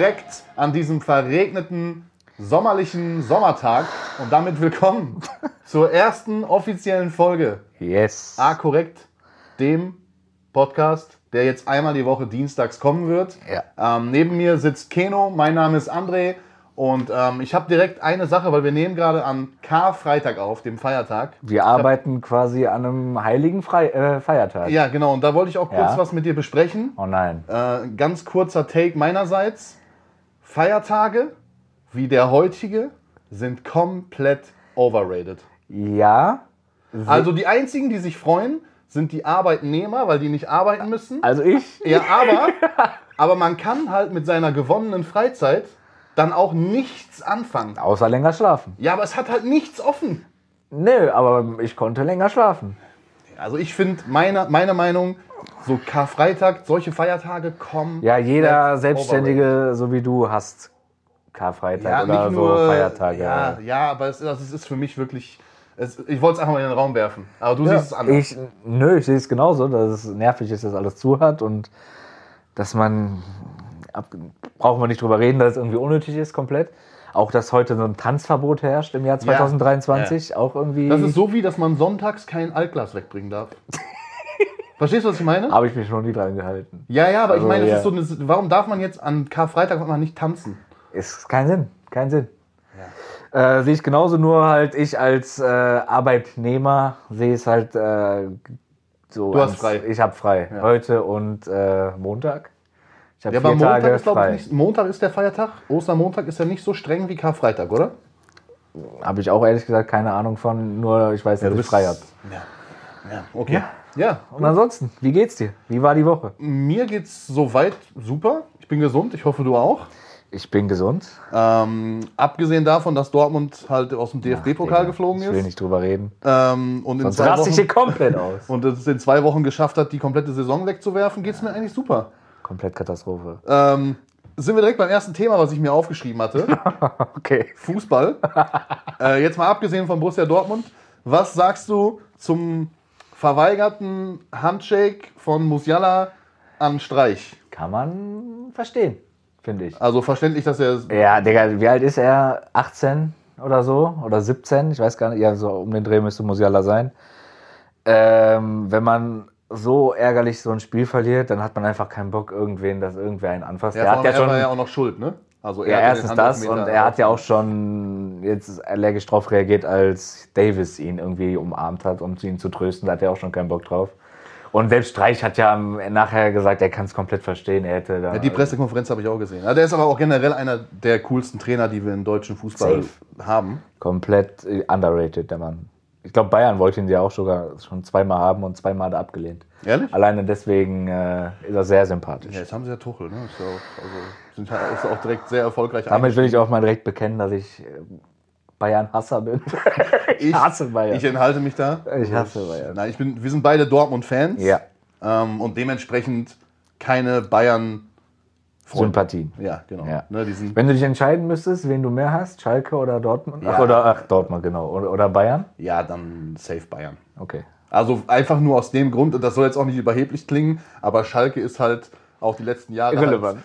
direkt an diesem verregneten, sommerlichen Sommertag und damit willkommen zur ersten offiziellen Folge. Yes. Korrekt, dem Podcast, der jetzt einmal die Woche dienstags kommen wird. Ja. Neben mir sitzt Keno, mein Name ist André und ich habe direkt eine Sache, weil wir nehmen gerade an Karfreitag auf, dem Feiertag. Wir arbeiten quasi an einem heiligen Feiertag. Ja, genau, und da wollte ich auch kurz was mit dir besprechen. Oh nein. Ganz kurzer Take meinerseits. Feiertage, wie der heutige, sind komplett overrated. Ja. Also die einzigen, die sich freuen, sind die Arbeitnehmer, weil die nicht arbeiten müssen. Also ich? Ja, aber man kann halt mit seiner gewonnenen Freizeit dann auch nichts anfangen. Außer länger schlafen. Ja, aber es hat halt nichts offen. Nö, aber ich konnte länger schlafen. Also ich finde, meine Meinung, so Karfreitag, solche Feiertage kommen. Ja, jeder Selbstständige, so wie du, hasst Karfreitag oder nicht so nur, Feiertage. Ja, aber es ist für mich wirklich... Ich wollte es einfach mal in den Raum werfen, aber du siehst es anders. Ich sehe es genauso, dass es nervig ist, dass alles zu hat und dass man... brauchen wir nicht drüber reden, dass es irgendwie unnötig ist komplett. Auch, dass heute so ein Tanzverbot herrscht im Jahr 2023, Ja. auch irgendwie... Das ist so wie, dass man sonntags kein Altglas wegbringen darf. Verstehst du, was ich meine? Habe ich mich noch nie dran gehalten. Ja, aber Also, ich meine, das ist so warum darf man jetzt an Karfreitag mal nicht tanzen? Ist kein Sinn. Ja. Sehe ich genauso, nur halt ich als Arbeitnehmer sehe es halt so. Du hast frei. Ich habe frei. Ja. Heute und Montag. Ich habe 4 Montag Tage ist, frei. Ich, nicht, Montag ist der Feiertag. Ostermontag ist ja nicht so streng wie Karfreitag, oder? Habe ich auch ehrlich gesagt keine Ahnung von, nur ich weiß, dass ich frei habe. Ja, okay. Ja. Und ansonsten, wie geht's dir? Wie war die Woche? Mir geht's soweit super. Ich bin gesund, ich hoffe du auch. Ich bin gesund. Abgesehen davon, dass Dortmund halt aus dem DFB-Pokal geflogen ist. Ich will nicht drüber reden. Und sonst raste ich hier komplett aus. Und es in 2 Wochen geschafft hat, die komplette Saison wegzuwerfen, geht's mir eigentlich super. Komplett Katastrophe. Sind wir direkt beim ersten Thema, was ich mir aufgeschrieben hatte. Okay. Fußball. Jetzt mal abgesehen von Borussia Dortmund. Was sagst du zum verweigerten Handshake von Musiala an Streich? Kann man verstehen, finde ich. Also verständlich, dass er... Ja, Digga, wie alt ist er? 18 oder so? Oder 17? Ich weiß gar nicht. Ja, so um den Dreh müsste Musiala sein. Wenn man so ärgerlich so ein Spiel verliert, dann hat man einfach keinen Bock, dass irgendwer einen anfasst. Ja, er war ja auch noch schuld, ne? Also erstens das und er hat ja auch schon jetzt allergisch drauf reagiert, als Davis ihn irgendwie umarmt hat, um ihn zu trösten. Da hat er auch schon keinen Bock drauf. Und selbst Streich hat ja nachher gesagt, er kann es komplett verstehen. Er hätte da die Pressekonferenz habe ich auch gesehen. Der ist aber auch generell einer der coolsten Trainer, die wir im deutschen Fußball haben. Komplett underrated, der Mann. Ich glaube, Bayern wollte ihn ja auch sogar schon 2-mal haben und 2-mal da abgelehnt. Ehrlich? Alleine deswegen ist er sehr sympathisch. Ja, jetzt haben sie ja Tuchel, ne? Ist auch direkt sehr erfolgreich. Damit will ich auch mal direkt bekennen, dass ich Bayern-Hasser bin. Ich hasse Bayern. Ich enthalte mich da. Ich hasse Bayern. Nein, wir sind beide Dortmund-Fans. Ja. Und dementsprechend keine Bayern- Sympathien. Ja, genau. Ja. Ne, wenn du dich entscheiden müsstest, wen du mehr hast, Schalke oder Dortmund? Ja. Dortmund, genau. Oder Bayern? Ja, dann safe Bayern. Okay. Also einfach nur aus dem Grund, und das soll jetzt auch nicht überheblich klingen, aber Schalke ist halt auch die letzten Jahre... Irrelevant.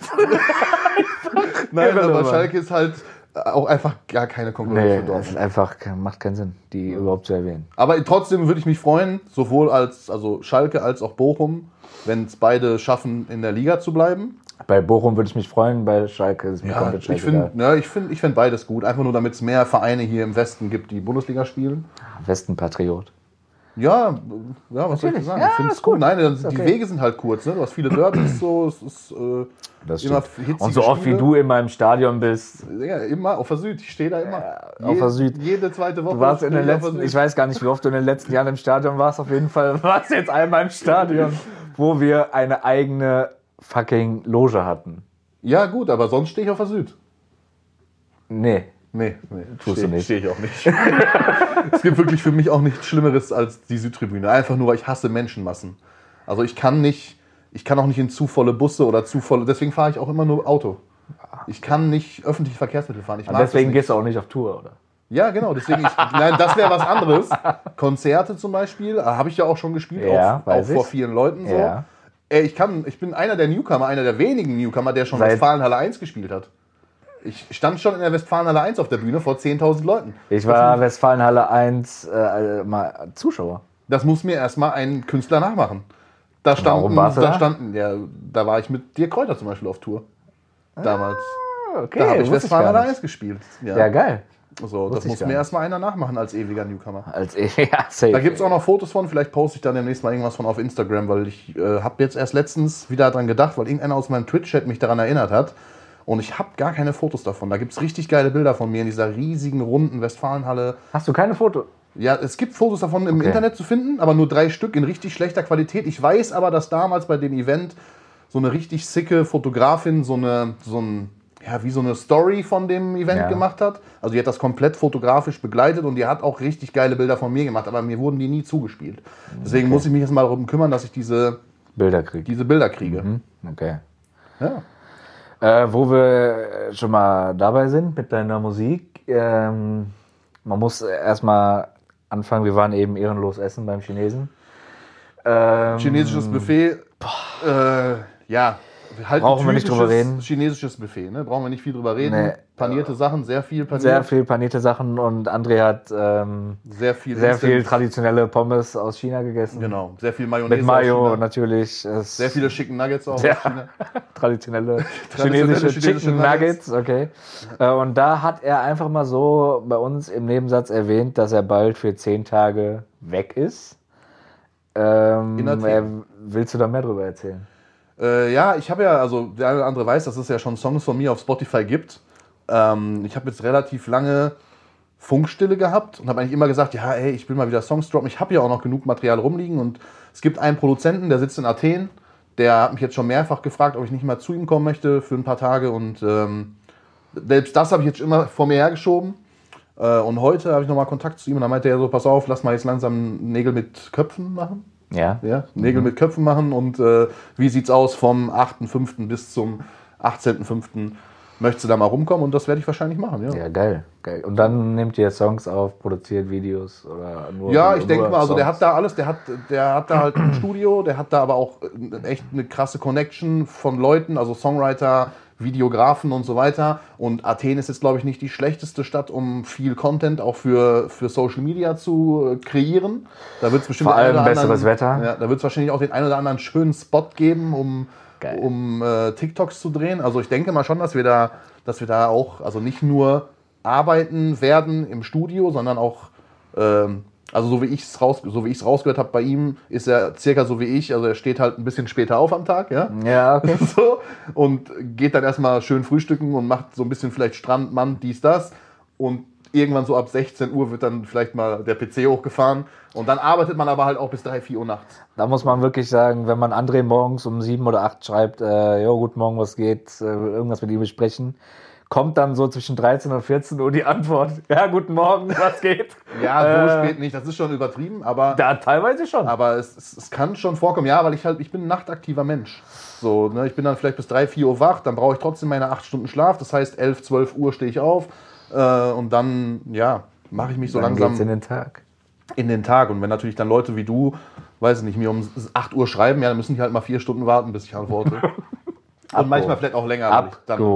Nein, aber Schalke ist halt auch einfach gar keine Konkurrenz für Dortmund. Es ist einfach, macht keinen Sinn, die überhaupt zu erwähnen. Aber trotzdem würde ich mich freuen, sowohl Schalke als auch Bochum, wenn es beide schaffen, in der Liga zu bleiben. Bei Bochum würde ich mich freuen, bei Schalke ist mir komplett scheißegal. Ich find beides gut. Einfach nur, damit es mehr Vereine hier im Westen gibt, die Bundesliga spielen. Westen-Patriot. Ja, was soll ich sagen? Ja, ich finde es gut. Nein, die Wege sind halt kurz. Ne? Du hast viele Derbys, es ist das immer hitzige und so oft Spiele. Wie du immer im Stadion bist. Ja, immer auf der Süd. Ich stehe da immer. Auf der Süd. Jede zweite Woche. Du warst ich weiß gar nicht, wie oft du in den letzten Jahren im Stadion warst. Auf jeden Fall warst du jetzt einmal im Stadion, wo wir eine eigene fucking Loge hatten. Ja, gut, aber sonst stehe ich auf der Süd. Nee. Nee, tust du nicht. Stehe ich auch nicht. Es gibt wirklich für mich auch nichts Schlimmeres als die Südtribüne. Einfach nur, weil ich hasse Menschenmassen. Also ich kann auch nicht in zu volle Busse oder deswegen fahre ich auch immer nur Auto. Ich kann nicht öffentliche Verkehrsmittel fahren. Deswegen gehst du auch nicht auf Tour, oder? Ja, genau. Deswegen nein, das wäre was anderes. Konzerte zum Beispiel, habe ich ja auch schon gespielt, auch vor vielen Leuten so. Ja. Ich bin einer der Newcomer, einer der wenigen Newcomer, der schon Westfalenhalle 1 gespielt hat. Ich stand schon in der Westfalenhalle 1 auf der Bühne vor 10.000 Leuten. Ich war Westfalenhalle 1 mal Zuschauer. Das muss mir erstmal ein Künstler nachmachen. Warum warst du da? Da war ich mit Dirk Kräuter zum Beispiel auf Tour. Damals. Okay, Da habe ich Westfalenhalle 1 gespielt. Ja, geil. So, das muss mir erstmal einer nachmachen als ewiger Newcomer. Safe. Da gibt es auch noch Fotos von, vielleicht poste ich dann demnächst mal irgendwas von auf Instagram, weil ich habe jetzt erst letztens wieder daran gedacht, weil irgendeiner aus meinem Twitch-Chat mich daran erinnert hat. Und ich habe gar keine Fotos davon. Da gibt es richtig geile Bilder von mir in dieser riesigen, runden Westfalenhalle. Hast du keine Fotos? Ja, es gibt Fotos davon im Internet zu finden, aber nur 3 Stück in richtig schlechter Qualität. Ich weiß aber, dass damals bei dem Event so eine richtig sicke Fotografin wie so eine Story von dem Event gemacht hat. Also die hat das komplett fotografisch begleitet und die hat auch richtig geile Bilder von mir gemacht, aber mir wurden die nie zugespielt. Deswegen muss ich mich jetzt mal darum kümmern, dass ich diese Bilder kriege. Mhm. Okay. Ja. Wo wir schon mal dabei sind mit deiner Musik, man muss erstmal anfangen, wir waren eben ehrenlos essen beim Chinesen. Chinesisches Buffet, halt brauchen wir nicht drüber reden. Chinesisches Buffet, ne? Brauchen wir nicht viel drüber reden. Nee. Panierte Sachen, sehr viel paniert. Sehr viel panierte Sachen und André hat sehr viel traditionelle Pommes aus China gegessen. Genau, sehr viel Mayonnaise mit Mayo aus China. Natürlich. Sehr viele Chicken Nuggets auch aus China. Traditionelle chinesische Chicken Nuggets, okay. Und da hat er einfach mal so bei uns im Nebensatz erwähnt, dass er bald für 10 Tage weg ist. Willst du da mehr drüber erzählen? Ich habe der eine oder andere weiß, dass es ja schon Songs von mir auf Spotify gibt. Ich habe jetzt relativ lange Funkstille gehabt und habe eigentlich immer gesagt, ich will mal wieder Songs droppen. Ich habe ja auch noch genug Material rumliegen und es gibt einen Produzenten, der sitzt in Athen, der hat mich jetzt schon mehrfach gefragt, ob ich nicht mal zu ihm kommen möchte für ein paar Tage und selbst das habe ich jetzt immer vor mir hergeschoben. Und heute habe ich nochmal Kontakt zu ihm und dann meinte er so, pass auf, lass mal jetzt langsam Nägel mit Köpfen machen. Ja, Nägel mit Köpfen machen und wie sieht's aus vom 8.5. bis zum 18.5. Möchtest du da mal rumkommen und das werde ich wahrscheinlich machen, ja. Ja, geil. Und dann nehmt ihr Songs auf, produziert Videos oder nur? Ja, ich denke mal, also der hat da alles, der hat da halt ein Studio, der hat da aber auch echt eine krasse Connection von Leuten, also Songwriter, Videografen und so weiter. Und Athen ist jetzt, glaube ich, nicht die schlechteste Stadt, um viel Content auch für Social Media zu kreieren. Da wird es bestimmt vor allem besseres Wetter. Ja, da wird es wahrscheinlich auch den einen oder anderen schönen Spot geben, um TikToks zu drehen. Also ich denke mal schon, dass wir da auch, also nicht nur arbeiten werden im Studio, sondern auch, so wie ich es rausgehört habe bei ihm, ist er circa so wie ich, also er steht halt ein bisschen später auf am Tag, ja? Ja, okay. So, und geht dann erstmal schön frühstücken und macht so ein bisschen vielleicht Strand, Mann, dies, das und irgendwann so ab 16 Uhr wird dann vielleicht mal der PC hochgefahren und dann arbeitet man aber halt auch bis 3, 4 Uhr nachts. Da muss man wirklich sagen, wenn man André morgens um 7 oder 8 schreibt, guten Morgen, was geht, irgendwas mit ihm besprechen, kommt dann so zwischen 13 und 14 Uhr die Antwort, ja, guten Morgen, was geht? Ja, so spät nicht, das ist schon übertrieben, aber... Da teilweise schon. Aber es kann schon vorkommen, ja, weil ich bin ein nachtaktiver Mensch. So, ne, ich bin dann vielleicht bis 3, 4 Uhr wach, dann brauche ich trotzdem meine 8 Stunden Schlaf, das heißt 11, 12 Uhr stehe ich auf und dann, mache ich mich so dann langsam... geht's in den Tag. Und wenn natürlich dann Leute wie du, weiß ich nicht, mir um 8 Uhr schreiben, dann müssen die halt mal 4 Stunden warten, bis ich antworte. Und manchmal vielleicht auch länger.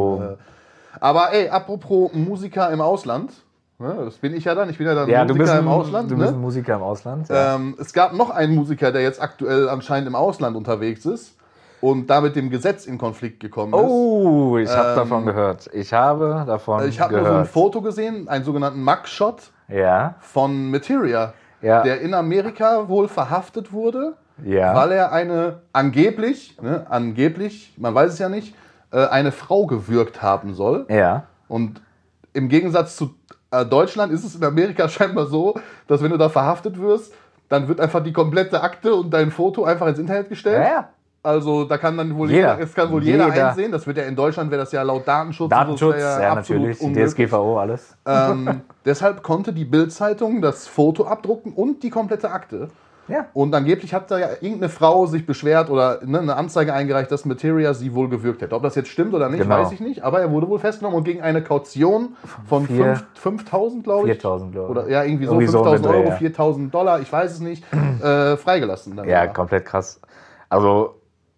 Aber apropos Musiker im Ausland, das bin ich ja dann. Ich bin ja dann Musiker im Ausland. Du bist ein Musiker im Ausland. Ja. Es gab noch einen Musiker, der jetzt aktuell anscheinend im Ausland unterwegs ist und da mit dem Gesetz in Konflikt gekommen ist. Oh, ich habe davon gehört. Ich habe nur so ein Foto gesehen, einen sogenannten Mugshot von Materia, der in Amerika wohl verhaftet wurde, weil er angeblich, man weiß es ja nicht, eine Frau gewürgt haben soll. Ja. Und im Gegensatz zu Deutschland ist es in Amerika scheinbar so, dass wenn du da verhaftet wirst, dann wird einfach die komplette Akte und dein Foto einfach ins Internet gestellt. Ja. Also da kann dann wohl jeder einsehen. Das wird ja in Deutschland, wäre das ja laut Datenschutz. Natürlich, DSGVO, alles. Deshalb konnte die Bild-Zeitung das Foto abdrucken und die komplette Akte. Ja. Und angeblich hat da ja irgendeine Frau sich beschwert oder eine Anzeige eingereicht, dass Materia sie wohl gewürgt hätte. Ob das jetzt stimmt oder nicht, weiß ich nicht. Aber er wurde wohl festgenommen und gegen eine Kaution von 5.000, glaube ich. 4.000, glaube ich. Oder ja, irgendwie so 5.000 Euro, $4.000, ich weiß es nicht, freigelassen. Dann komplett krass. Also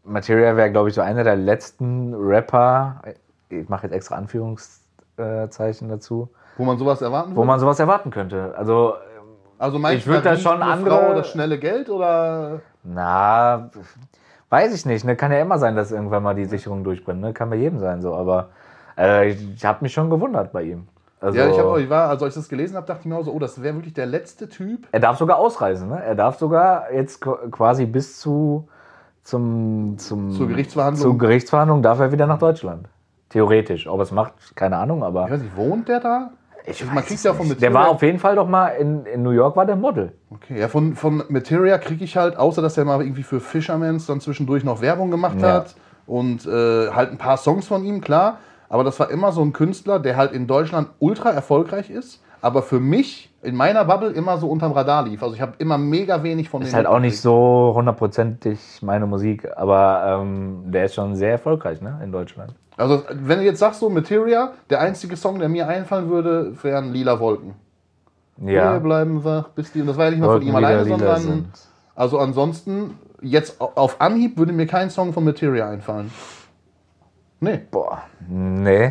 Materia wäre, glaube ich, so einer der letzten Rapper, ich mache jetzt extra Anführungszeichen dazu, Wo man sowas erwarten wo würde? man sowas erwarten könnte. Also Meinst ich du, würde da riecht schon eine andere- Frau das schnelle Geld oder? na, weiß ich nicht. Ne? Kann ja immer sein, dass irgendwann mal die Sicherung durchbrennt. Ne? Kann bei jedem sein so. Aber ich habe mich schon gewundert bei ihm. Also, Ja, als ich das gelesen habe, dachte ich mir auch so, oh, das wäre wirklich der letzte Typ. er darf sogar ausreisen. Ne? Er darf sogar jetzt quasi bis zur Gerichtsverhandlung. Zur Gerichtsverhandlung darf er wieder nach Deutschland. Theoretisch. Ob er es macht, keine Ahnung, aber Ich weiß nicht, wohnt der da? Man kriegt ja von der war auf jeden Fall doch mal in New York, war der Model. Okay, ja, von Materia kriege ich halt, außer dass er mal irgendwie für Fishermans dann zwischendurch noch Werbung gemacht Ja. hat und halt ein paar Songs von ihm, klar. Aber das war immer so ein Künstler, der halt in Deutschland ultra erfolgreich ist, aber für mich in meiner Bubble immer so unterm Radar lief. Also ich habe immer mega wenig von dem Ist halt auch nicht so hundertprozentig meine Musik, aber der ist schon sehr erfolgreich, ne, in Deutschland. Also wenn du jetzt sagst so Materia, der einzige Song, der mir einfallen würde, wären Lila Wolken. Wir Ja, bleiben wach, bis die... Und das war ja nicht mal von ihm Wolken alleine, wieder lila sondern... sind. Also ansonsten, jetzt auf Anhieb würde mir kein Song von Materia einfallen. Nee. Boah, nee.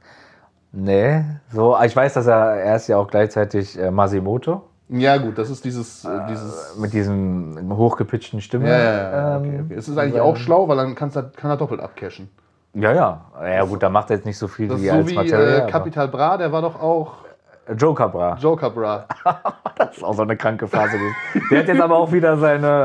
So, ich weiß, dass er ist ja auch gleichzeitig Masimoto Ja gut, das ist dieses... mit diesem hochgepitchten Stimme. Ja, okay. Es ist eigentlich auch schlau, weil dann kann er doppelt abcashen. Ja, gut, da macht er jetzt nicht so viel Das wie ist so als wie Materia. aber- Capital Bra, der war doch auch Joker Bra. Joker Bra. Das ist auch so eine kranke Phase. Der hat jetzt aber auch wieder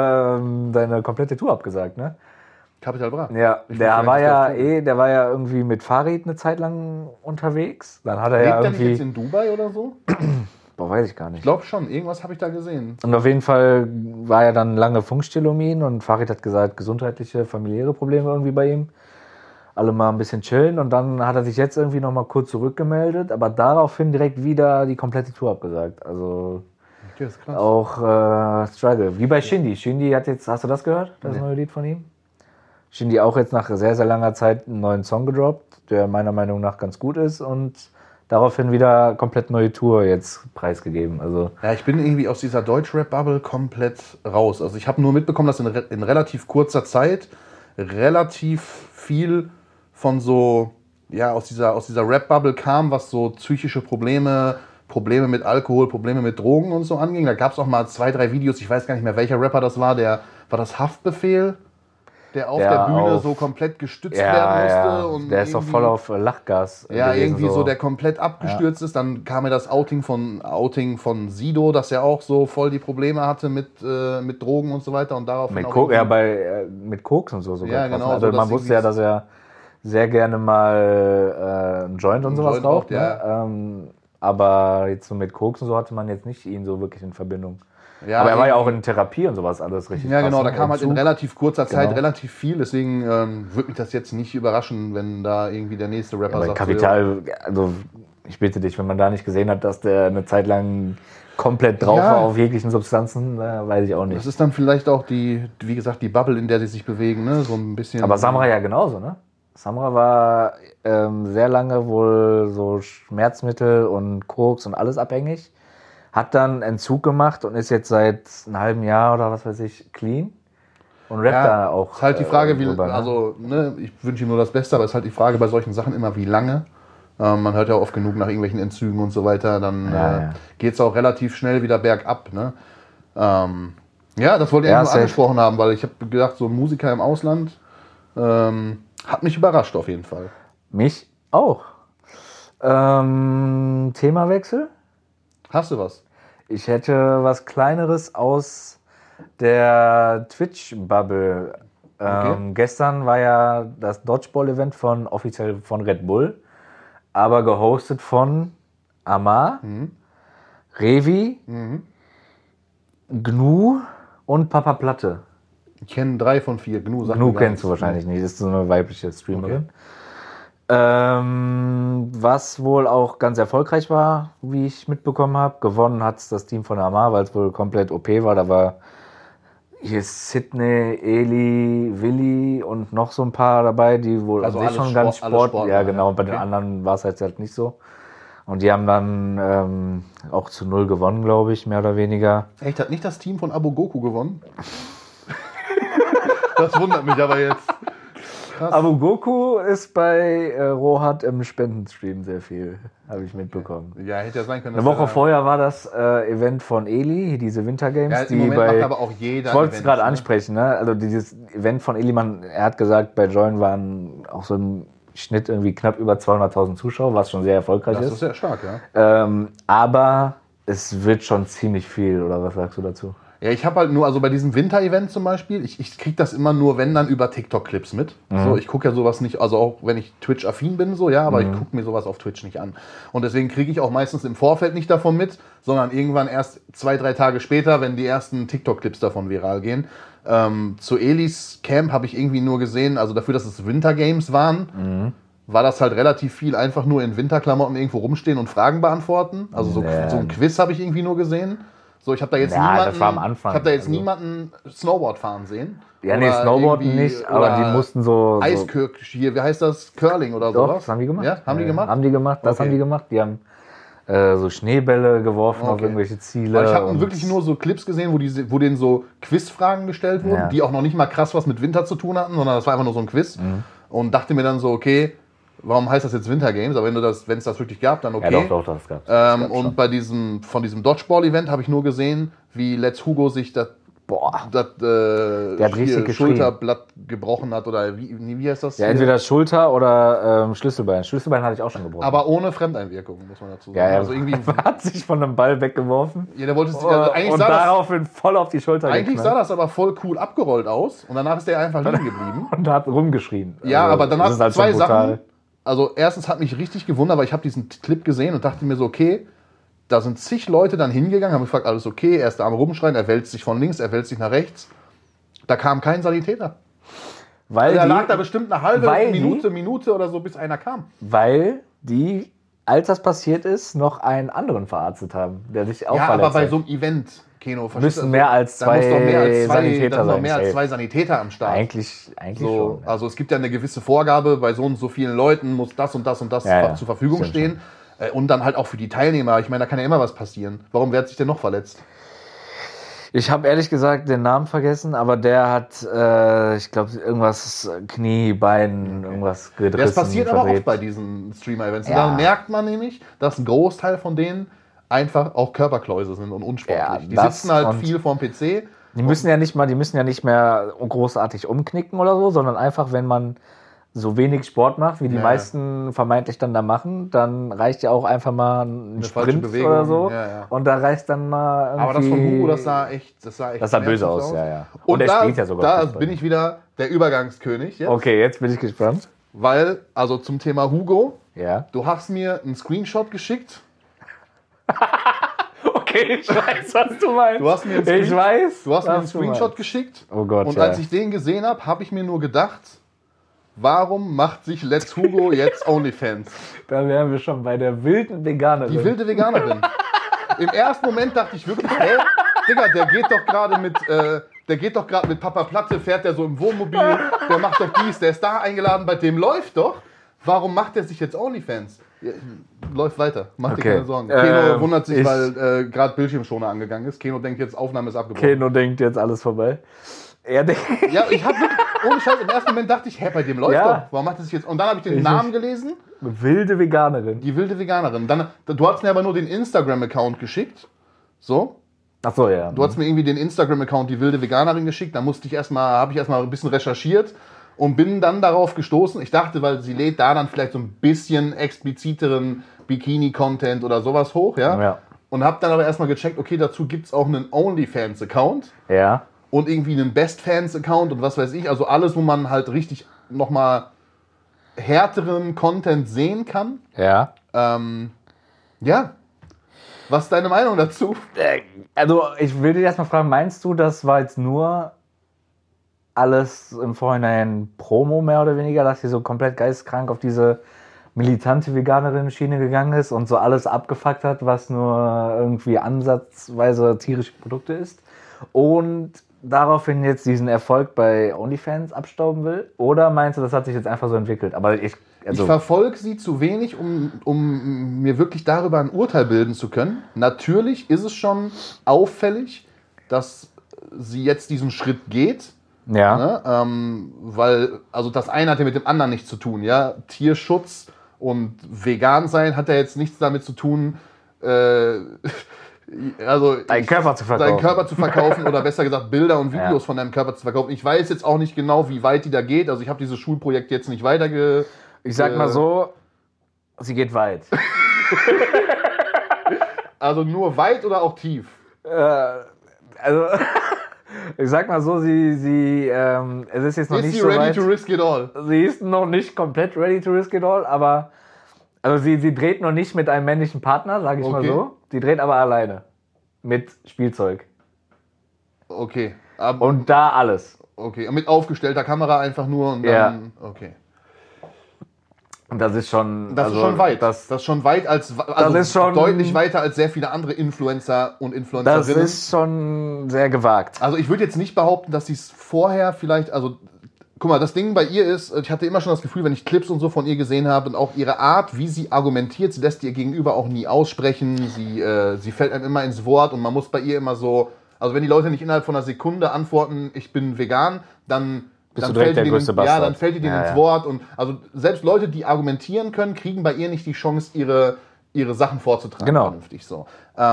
seine komplette Tour abgesagt, ne? Capital Bra. Ja, Ich der wusste war nicht, ja dass der der war ja irgendwie mit Fahrrad eine Zeit lang unterwegs. Dann hat er Lebt ja der nicht jetzt irgendwie, in Dubai oder so? boah, weiß ich gar nicht. Ich glaube schon, irgendwas habe ich da gesehen. Und auf jeden Fall war ja dann lange Funkstill um ihn und Farid hat gesagt, gesundheitliche, familiäre Probleme irgendwie bei ihm. Alle mal ein bisschen chillen und dann hat er sich jetzt irgendwie noch mal kurz zurückgemeldet, aber daraufhin direkt wieder die komplette Tour abgesagt. Also Okay, ist krass. auch Struggle. Wie bei Shindy. Shindy hat jetzt, hast du das gehört? Das neue Lied von ihm? Shindy auch jetzt nach sehr, sehr langer Zeit einen neuen Song gedroppt, der meiner Meinung nach ganz gut ist und daraufhin wieder komplett neue Tour jetzt preisgegeben. Also Ja, ich bin irgendwie aus dieser Deutschrap-Bubble komplett raus. Also ich habe nur mitbekommen, dass in relativ kurzer Zeit relativ viel von so, ja, aus dieser Rap-Bubble kam, was so psychische Probleme mit Alkohol, Probleme mit Drogen und so anging. Da gab es auch mal 2, 3 Videos, ich weiß gar nicht mehr, welcher Rapper das war. War das Haftbefehl? Der auf der Bühne so komplett gestützt werden musste. ja. Und Der ist doch voll auf Lachgas. ja, gewesen, irgendwie so, der komplett abgestürzt ist. Dann kam mir das Outing von Sido, dass er auch so voll die Probleme hatte mit Drogen und so weiter. Und daraufhin mit auch Koks, irgendwie- mit Koks und so sogar. Ja, drauf. genau, Also so, man dass wusste ja, irgendwie- dass er sehr gerne mal einen Joint und sowas Joint raucht. raucht, ja. Ne? Aber jetzt so mit Koks und so hatte man jetzt nicht ihn so wirklich in Verbindung. Ja, Aber er war ja auch irgendwie- in Therapie und sowas alles richtig. Ja, krass, genau, ne? da kam halt in Entzug. relativ kurzer Zeit Genau. relativ viel. Deswegen würde mich das jetzt nicht überraschen, wenn da irgendwie der nächste Rapper Aber sagt. Kapital, also ich bitte dich, wenn man da nicht gesehen hat, dass der eine Zeit lang komplett drauf Ja. war auf jeglichen Substanzen, weiß ich auch Das nicht. ist dann vielleicht auch wie gesagt, die Bubble, in der sie sich bewegen, ne? So ein bisschen. Aber Samra ja genauso, ne? Samra war sehr lange wohl so Schmerzmittel und Koks und alles abhängig. Hat dann Entzug gemacht und ist jetzt seit einem halben Jahr oder was weiß ich clean. Und rappt da auch. Ist halt die Frage, wie, drüber, ne? also, ne, ich wünsche ihm nur das Beste, aber es ist halt die Frage bei solchen Sachen immer, wie lange. Man hört ja oft genug nach irgendwelchen Entzügen und so weiter, dann Ja. geht es auch relativ schnell wieder bergab. Ne? Ja, das wollte ich Ja, nur safe. angesprochen haben, weil ich habe gedacht, so ein Musiker im Ausland hat mich überrascht auf jeden Fall. Mich auch. Themawechsel. Hast du was? Ich hätte was Kleineres aus der Twitch-Bubble. Okay. Gestern war ja das Dodgeball-Event offiziell von Red Bull, aber gehostet von Amar, Revi, Gnu und Papa Platte. Ich kenne 3 von 4. Gnu, sagt Gnu mir gar kennst du nichts. wahrscheinlich nicht, das ist so eine weibliche Streamerin. Was wohl auch ganz erfolgreich war, wie ich mitbekommen habe. Gewonnen hat das Team von Amar, weil es wohl komplett OP war. Da war hier Sydney, Eli, Willi und noch so ein paar dabei, die wohl Also an sich alles schon ganz Sport- alles Sportler, ja, genau. ja. Und bei den Okay. anderen war es halt nicht so. Und die haben dann auch zu 0 gewonnen, glaube ich, mehr oder weniger. Echt, hat nicht das Team von Abo Goku gewonnen? Das wundert mich aber jetzt. Krass. Aber Goku ist bei Rohat im Spendenstream sehr viel, habe ich mitbekommen. Ja, hätte ja sein können. Eine Woche vorher war das Event von Eli, diese Winter Games, ja, die im Moment bei. macht aber auch jeder. Ich wollte es gerade ne? ansprechen, ne? Also dieses Event von Eli, er hat gesagt, bei Join waren auch so im Schnitt irgendwie knapp über 200.000 Zuschauer, was schon sehr erfolgreich ist. Das ist sehr stark, ja. Aber es wird schon ziemlich viel, oder was sagst du dazu? Ja, ich habe halt nur, also bei diesem Winter-Event zum Beispiel, ich kriege das immer nur, wenn dann über TikTok-Clips mit. So, ich gucke ja sowas nicht, also auch wenn ich Twitch-affin bin, so, ja, aber ich gucke mir sowas auf Twitch nicht an. Und deswegen kriege ich auch meistens im Vorfeld nicht davon mit, sondern irgendwann erst 2-3 Tage später, wenn die ersten TikTok-Clips davon viral gehen. Zu Elis Camp habe ich irgendwie nur gesehen, also dafür, dass es Winter-Games waren, war das halt relativ viel einfach nur in Winterklamotten irgendwo rumstehen und Fragen beantworten. Also so ein Quiz habe ich irgendwie nur gesehen. So, ich habe da jetzt das war am Anfang. Ich habe da jetzt niemanden Snowboard fahren sehen. Ja, nee, Snowboarden nicht, aber die mussten so. Eiskirk hier, wie heißt das? Curling oder Doch, sowas? das haben die gemacht. Ja, haben die gemacht? Haben die gemacht, das Okay. haben die gemacht. Die haben so Schneebälle geworfen auf irgendwelche Ziele. Weil ich habe wirklich nur so Clips gesehen, wo denen so Quizfragen gestellt wurden, Ja. die auch noch nicht mal krass was mit Winter zu tun hatten, sondern das war einfach nur so ein Quiz. Und dachte mir dann so, okay, warum heißt das jetzt Winter Games? Aber wenn es das wirklich gab, dann okay. Ja, doch, das gab's. Und von diesem Dodgeball-Event habe ich nur gesehen, wie Let's Hugo sich das hat richtig geschrien. Schulterblatt gebrochen hat oder wie heißt das? Ja, entweder Schulter oder Schlüsselbein. Schlüsselbein hatte ich auch schon gebrochen. Aber ohne Fremdeinwirkung, muss man dazu sagen. ja, Also irgendwie, hat sich von einem Ball weggeworfen ja, der wollte eigentlich und daraufhin voll auf die Schulter Eigentlich geknallt. sah das aber voll cool abgerollt aus und danach ist der einfach liegen geblieben. Und hat rumgeschrien. Ja, Also, aber danach das ist halt zwei schon brutal. Sachen. Also erstens hat mich richtig gewundert, weil ich habe diesen Clip gesehen und dachte mir so, okay, da sind zig Leute dann hingegangen, haben gefragt, alles okay, er ist da am Rumschreien, er wälzt sich von links, er wälzt sich nach rechts. Da kam kein Sanitäter. Weil Der die, lag da bestimmt eine halbe weil Minute oder so, bis einer kam. Weil die, als das passiert ist, noch einen anderen verarztet haben, der sich auch Ja, verletzt aber bei hat. so einem Event, Keno, verstehst Müssen du? mehr als Da muss doch mehr als zwei Sanitäter da muss doch sein, mehr als safe. 2 Sanitäter am Start. Eigentlich So, schon. also es gibt ja eine gewisse Vorgabe, bei so und so vielen Leuten muss das und das und das Ja, ja. zur Verfügung Stimmt stehen. Und dann halt auch für die Teilnehmer. Ich meine, da kann ja immer was passieren. Warum, wer hat sich denn noch verletzt? Ich habe ehrlich gesagt den Namen vergessen, aber der hat, ich glaube, irgendwas Knie, Bein, irgendwas gerissen. Das passiert aber verdreht. oft bei diesen Streamer-Events. Ja. Da merkt man nämlich, dass ein Großteil von denen einfach auch Körperkläuse sind und unsportlich. Ja, die das sitzen halt und- viel vorm PC. Die müssen ja nicht mehr großartig umknicken oder so, sondern einfach, wenn man so wenig Sport macht, wie die Ja. meisten vermeintlich dann da machen, dann reicht ja auch einfach mal ein falsche Sprint Bewegung, oder so. ja, ja. Und da reicht dann mal irgendwie... Aber das von Hugo, das sah echt Das sah böse schmerzhaft aus, ja, ja. Und er da, spielt ja sogar da Fußball. bin ich wieder der Übergangskönig. Jetzt, Okay, jetzt bin ich gespannt. Weil, also zum Thema Hugo, Ja. du hast mir einen Screenshot geschickt. Okay, ich weiß, was du meinst. Du hast mir einen Ich weiß, Du hast mir einen was du Screenshot meinst. geschickt. Oh Gott, Und ja. als ich den gesehen habe, habe ich mir nur gedacht, warum macht sich Let's Hugo jetzt OnlyFans? Da wären wir schon bei der wilden Veganerin. Die wilde Veganerin. Im ersten Moment dachte ich wirklich, hä? Digga, der geht doch gerade mit Papa Platte, fährt der so im Wohnmobil, der macht doch dies, der ist da eingeladen, bei dem läuft doch. Warum macht der sich jetzt OnlyFans? Ja, läuft weiter, mach dir Okay. keine Sorgen. Keno wundert sich, ich- weil gerade Bildschirmschoner angegangen ist. Keno denkt jetzt, Aufnahme ist abgebrochen. Keno denkt jetzt alles vorbei. Er denkt... Ja, ich habe wirklich, ohne Scheiß, im ersten Moment dachte ich, hä, bei dem läuft Ja. doch. Warum macht das sich jetzt? Und dann habe ich den Namen gelesen, Wilde Veganerin. die wilde Veganerin. Du hast mir aber nur den Instagram-Account geschickt. So. Ach so, ja. Du hast mir irgendwie den Instagram-Account die wilde Veganerin geschickt. Da habe ich erstmal ein bisschen recherchiert und bin dann darauf gestoßen. Ich dachte, weil sie lädt da dann vielleicht so ein bisschen expliziteren Bikini-Content oder sowas hoch, ja. Ja. Und habe dann aber erstmal gecheckt, okay, dazu gibt es auch einen OnlyFans-Account. Ja. Und irgendwie einen Best-Fans-Account und was weiß ich. Also alles, wo man halt richtig nochmal härteren Content sehen kann. Ja. Ja. Was ist deine Meinung dazu? Also, ich will dich erstmal fragen, meinst du, das war jetzt nur alles im Vorhinein Promo mehr oder weniger, dass sie so komplett geisteskrank auf diese militante Veganerin-Schiene gegangen ist und so alles abgefuckt hat, was nur irgendwie ansatzweise tierische Produkte ist und daraufhin jetzt diesen Erfolg bei OnlyFans abstauben will? Oder meinst du, das hat sich jetzt einfach so entwickelt? Aber Ich verfolge sie zu wenig, um mir wirklich darüber ein Urteil bilden zu können. Natürlich ist es schon auffällig, dass sie jetzt diesen Schritt geht. Ja. Ne? Weil, also das eine hat ja mit dem anderen nichts zu tun. Ja? Tierschutz und vegan sein hat ja jetzt nichts damit zu tun, also Deinen Körper zu verkaufen. Deinen Körper zu verkaufen oder besser gesagt Bilder und Videos von deinem Körper zu verkaufen. Ich weiß jetzt auch nicht genau, wie weit die da geht. Also ich habe dieses Schulprojekt jetzt nicht Ich sag mal so, sie geht weit. Also nur weit oder auch tief? Also, ich sag mal so, es ist jetzt noch Ist nicht sie so ready weit. to risk it all? Sie ist noch nicht komplett ready to risk it all, aber also sie dreht noch nicht mit einem männlichen Partner, sage ich mal so. Sie dreht aber alleine mit Spielzeug. Okay. Und da alles. Okay, mit aufgestellter Kamera einfach nur und dann. Ja. Okay. Und das ist schon. Das ist schon weit. Das ist schon weit das ist schon deutlich weiter als sehr viele andere Influencer und Influencerinnen. Das ist schon sehr gewagt. Also ich würde jetzt nicht behaupten, dass sie es vorher vielleicht, also guck mal, das Ding bei ihr ist, ich hatte immer schon das Gefühl, wenn ich Clips und so von ihr gesehen habe und auch ihre Art, wie sie argumentiert, sie lässt ihr Gegenüber auch nie aussprechen, sie fällt einem immer ins Wort und man muss bei ihr immer so, also wenn die Leute nicht innerhalb von einer Sekunde antworten, ich bin vegan, dann fällt die denen ins Wort. Und also selbst Leute, die argumentieren können, kriegen bei ihr nicht die Chance, ihre Sachen vorzutragen. Vernünftig so.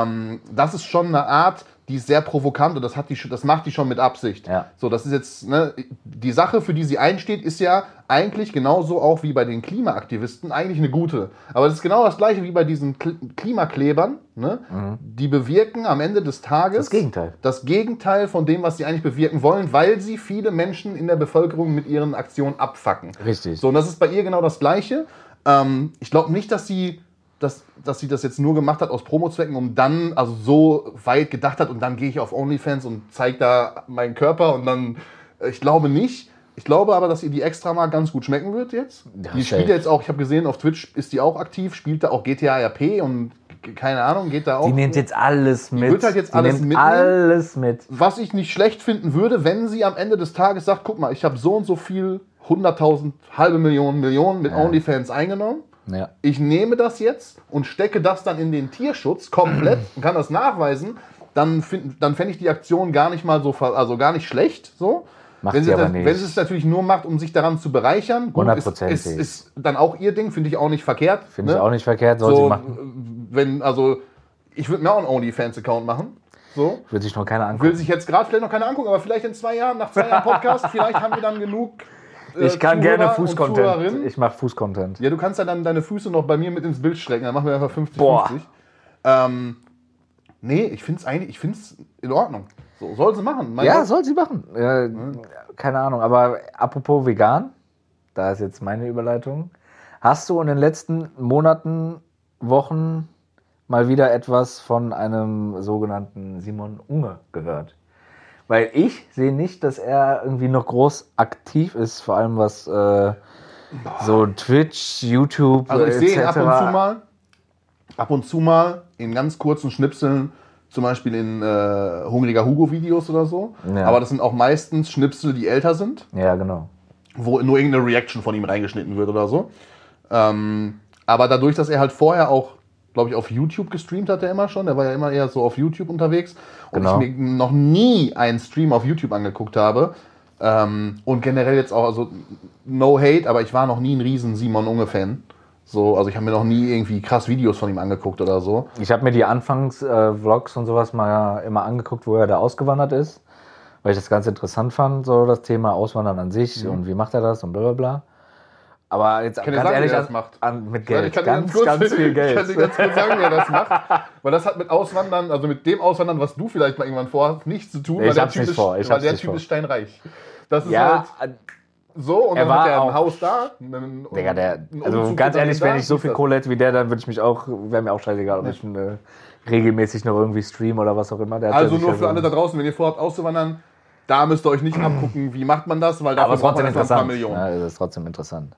Das ist schon eine Art, die ist sehr provokant und das macht die schon mit Absicht. Ja. So, das ist jetzt, ne, die Sache, für die sie einsteht, ist ja eigentlich genauso auch wie bei den Klimaaktivisten eigentlich eine gute. Aber das ist genau das gleiche wie bei diesen Klimaklebern. Ne? Die bewirken am Ende des Tages das Gegenteil von dem, was sie eigentlich bewirken wollen, weil sie viele Menschen in der Bevölkerung mit ihren Aktionen abfacken. Richtig. So, und das ist bei ihr genau das Gleiche. Ich glaube nicht, dass sie das jetzt nur gemacht hat aus Promo-Zwecken, um dann, also so weit gedacht hat und dann gehe ich auf OnlyFans und zeige da meinen Körper und dann, ich glaube nicht. Ich glaube aber, dass ihr die extra mal ganz gut schmecken wird jetzt. Ja, die spielt jetzt auch, ich habe gesehen, auf Twitch ist die auch aktiv, spielt da auch GTA RP und keine Ahnung, geht da auch. Die nimmt jetzt alles mit. Die wird halt jetzt alles mitnehmen. Alles mit. Was ich nicht schlecht finden würde, wenn sie am Ende des Tages sagt, guck mal, ich habe so und so viel 100.000, halbe Millionen mit OnlyFans eingenommen. Ja. Ich nehme das jetzt und stecke das dann in den Tierschutz komplett und kann das nachweisen, dann fände ich die Aktion gar nicht mal so, also gar nicht schlecht. So. Wenn sie es natürlich nur macht, um sich daran zu bereichern, gut, 100%. Ist dann auch ihr Ding, finde ich auch nicht verkehrt. Finde ich auch nicht verkehrt, soll sie machen. Ich würde mir auch einen OnlyFans-Account machen. So. Will sich noch keiner angucken. Will sich jetzt gerade vielleicht noch keiner angucken, aber vielleicht in 2 Jahren, nach 2 Jahren Podcast, vielleicht haben wir dann genug. Ich kann gerne Fußcontent. Ich mache Fußcontent. Ja, du kannst ja dann deine Füße noch bei mir mit ins Bild strecken. Dann machen wir einfach 50-50. Nee, ich finde es in Ordnung. So, soll sie machen. Soll sie machen. Keine Ahnung. Aber apropos vegan, da ist jetzt meine Überleitung. Hast du in den letzten Monaten, Wochen mal wieder etwas von einem sogenannten Simon Unge gehört? Weil ich sehe nicht, dass er irgendwie noch groß aktiv ist, vor allem was so Twitch, YouTube, also ich sehe ihn ab und zu mal in ganz kurzen Schnipseln, zum Beispiel in Hungriger Hugo-Videos oder so. Ja. Aber das sind auch meistens Schnipsel, die älter sind. Ja, genau. Wo nur irgendeine Reaction von ihm reingeschnitten wird oder so. Aber dadurch, dass er halt vorher auch, glaube ich, auf YouTube gestreamt hat, er immer schon. Der war ja immer eher so auf YouTube unterwegs. Und ich mir noch nie einen Stream auf YouTube angeguckt habe. Und generell jetzt auch, also no hate, aber ich war noch nie ein riesen Simon Unge-Fan. So, also ich habe mir noch nie irgendwie krass Videos von ihm angeguckt oder so. Ich habe mir die Anfangs-Vlogs und sowas mal immer angeguckt, wo er da ausgewandert ist. Weil ich das ganz interessant fand, so das Thema Auswandern an sich und wie macht er das und bla bla bla. Aber jetzt ganz ehrlich, mit Geld. Ganz viel Geld. Ich kann dir ganz kurz sagen, wie er das macht. Weil das hat mit Auswandern, also mit dem Auswandern, was du vielleicht mal irgendwann vorhast, nichts zu tun. Weil der Typ ist steinreich. Das ist halt so, und dann hat er ein Haus da. Also ganz ehrlich, wenn ich so viel Kohle hätte wie der, dann wäre mir auch scheißegal, ob ich regelmäßig noch irgendwie stream oder was auch immer. Also nur für alle da draußen, wenn ihr vorhabt auszuwandern, da müsst ihr euch nicht abgucken, wie macht man das, weil dafür braucht man erst ein paar Millionen. Ja, das ist trotzdem interessant.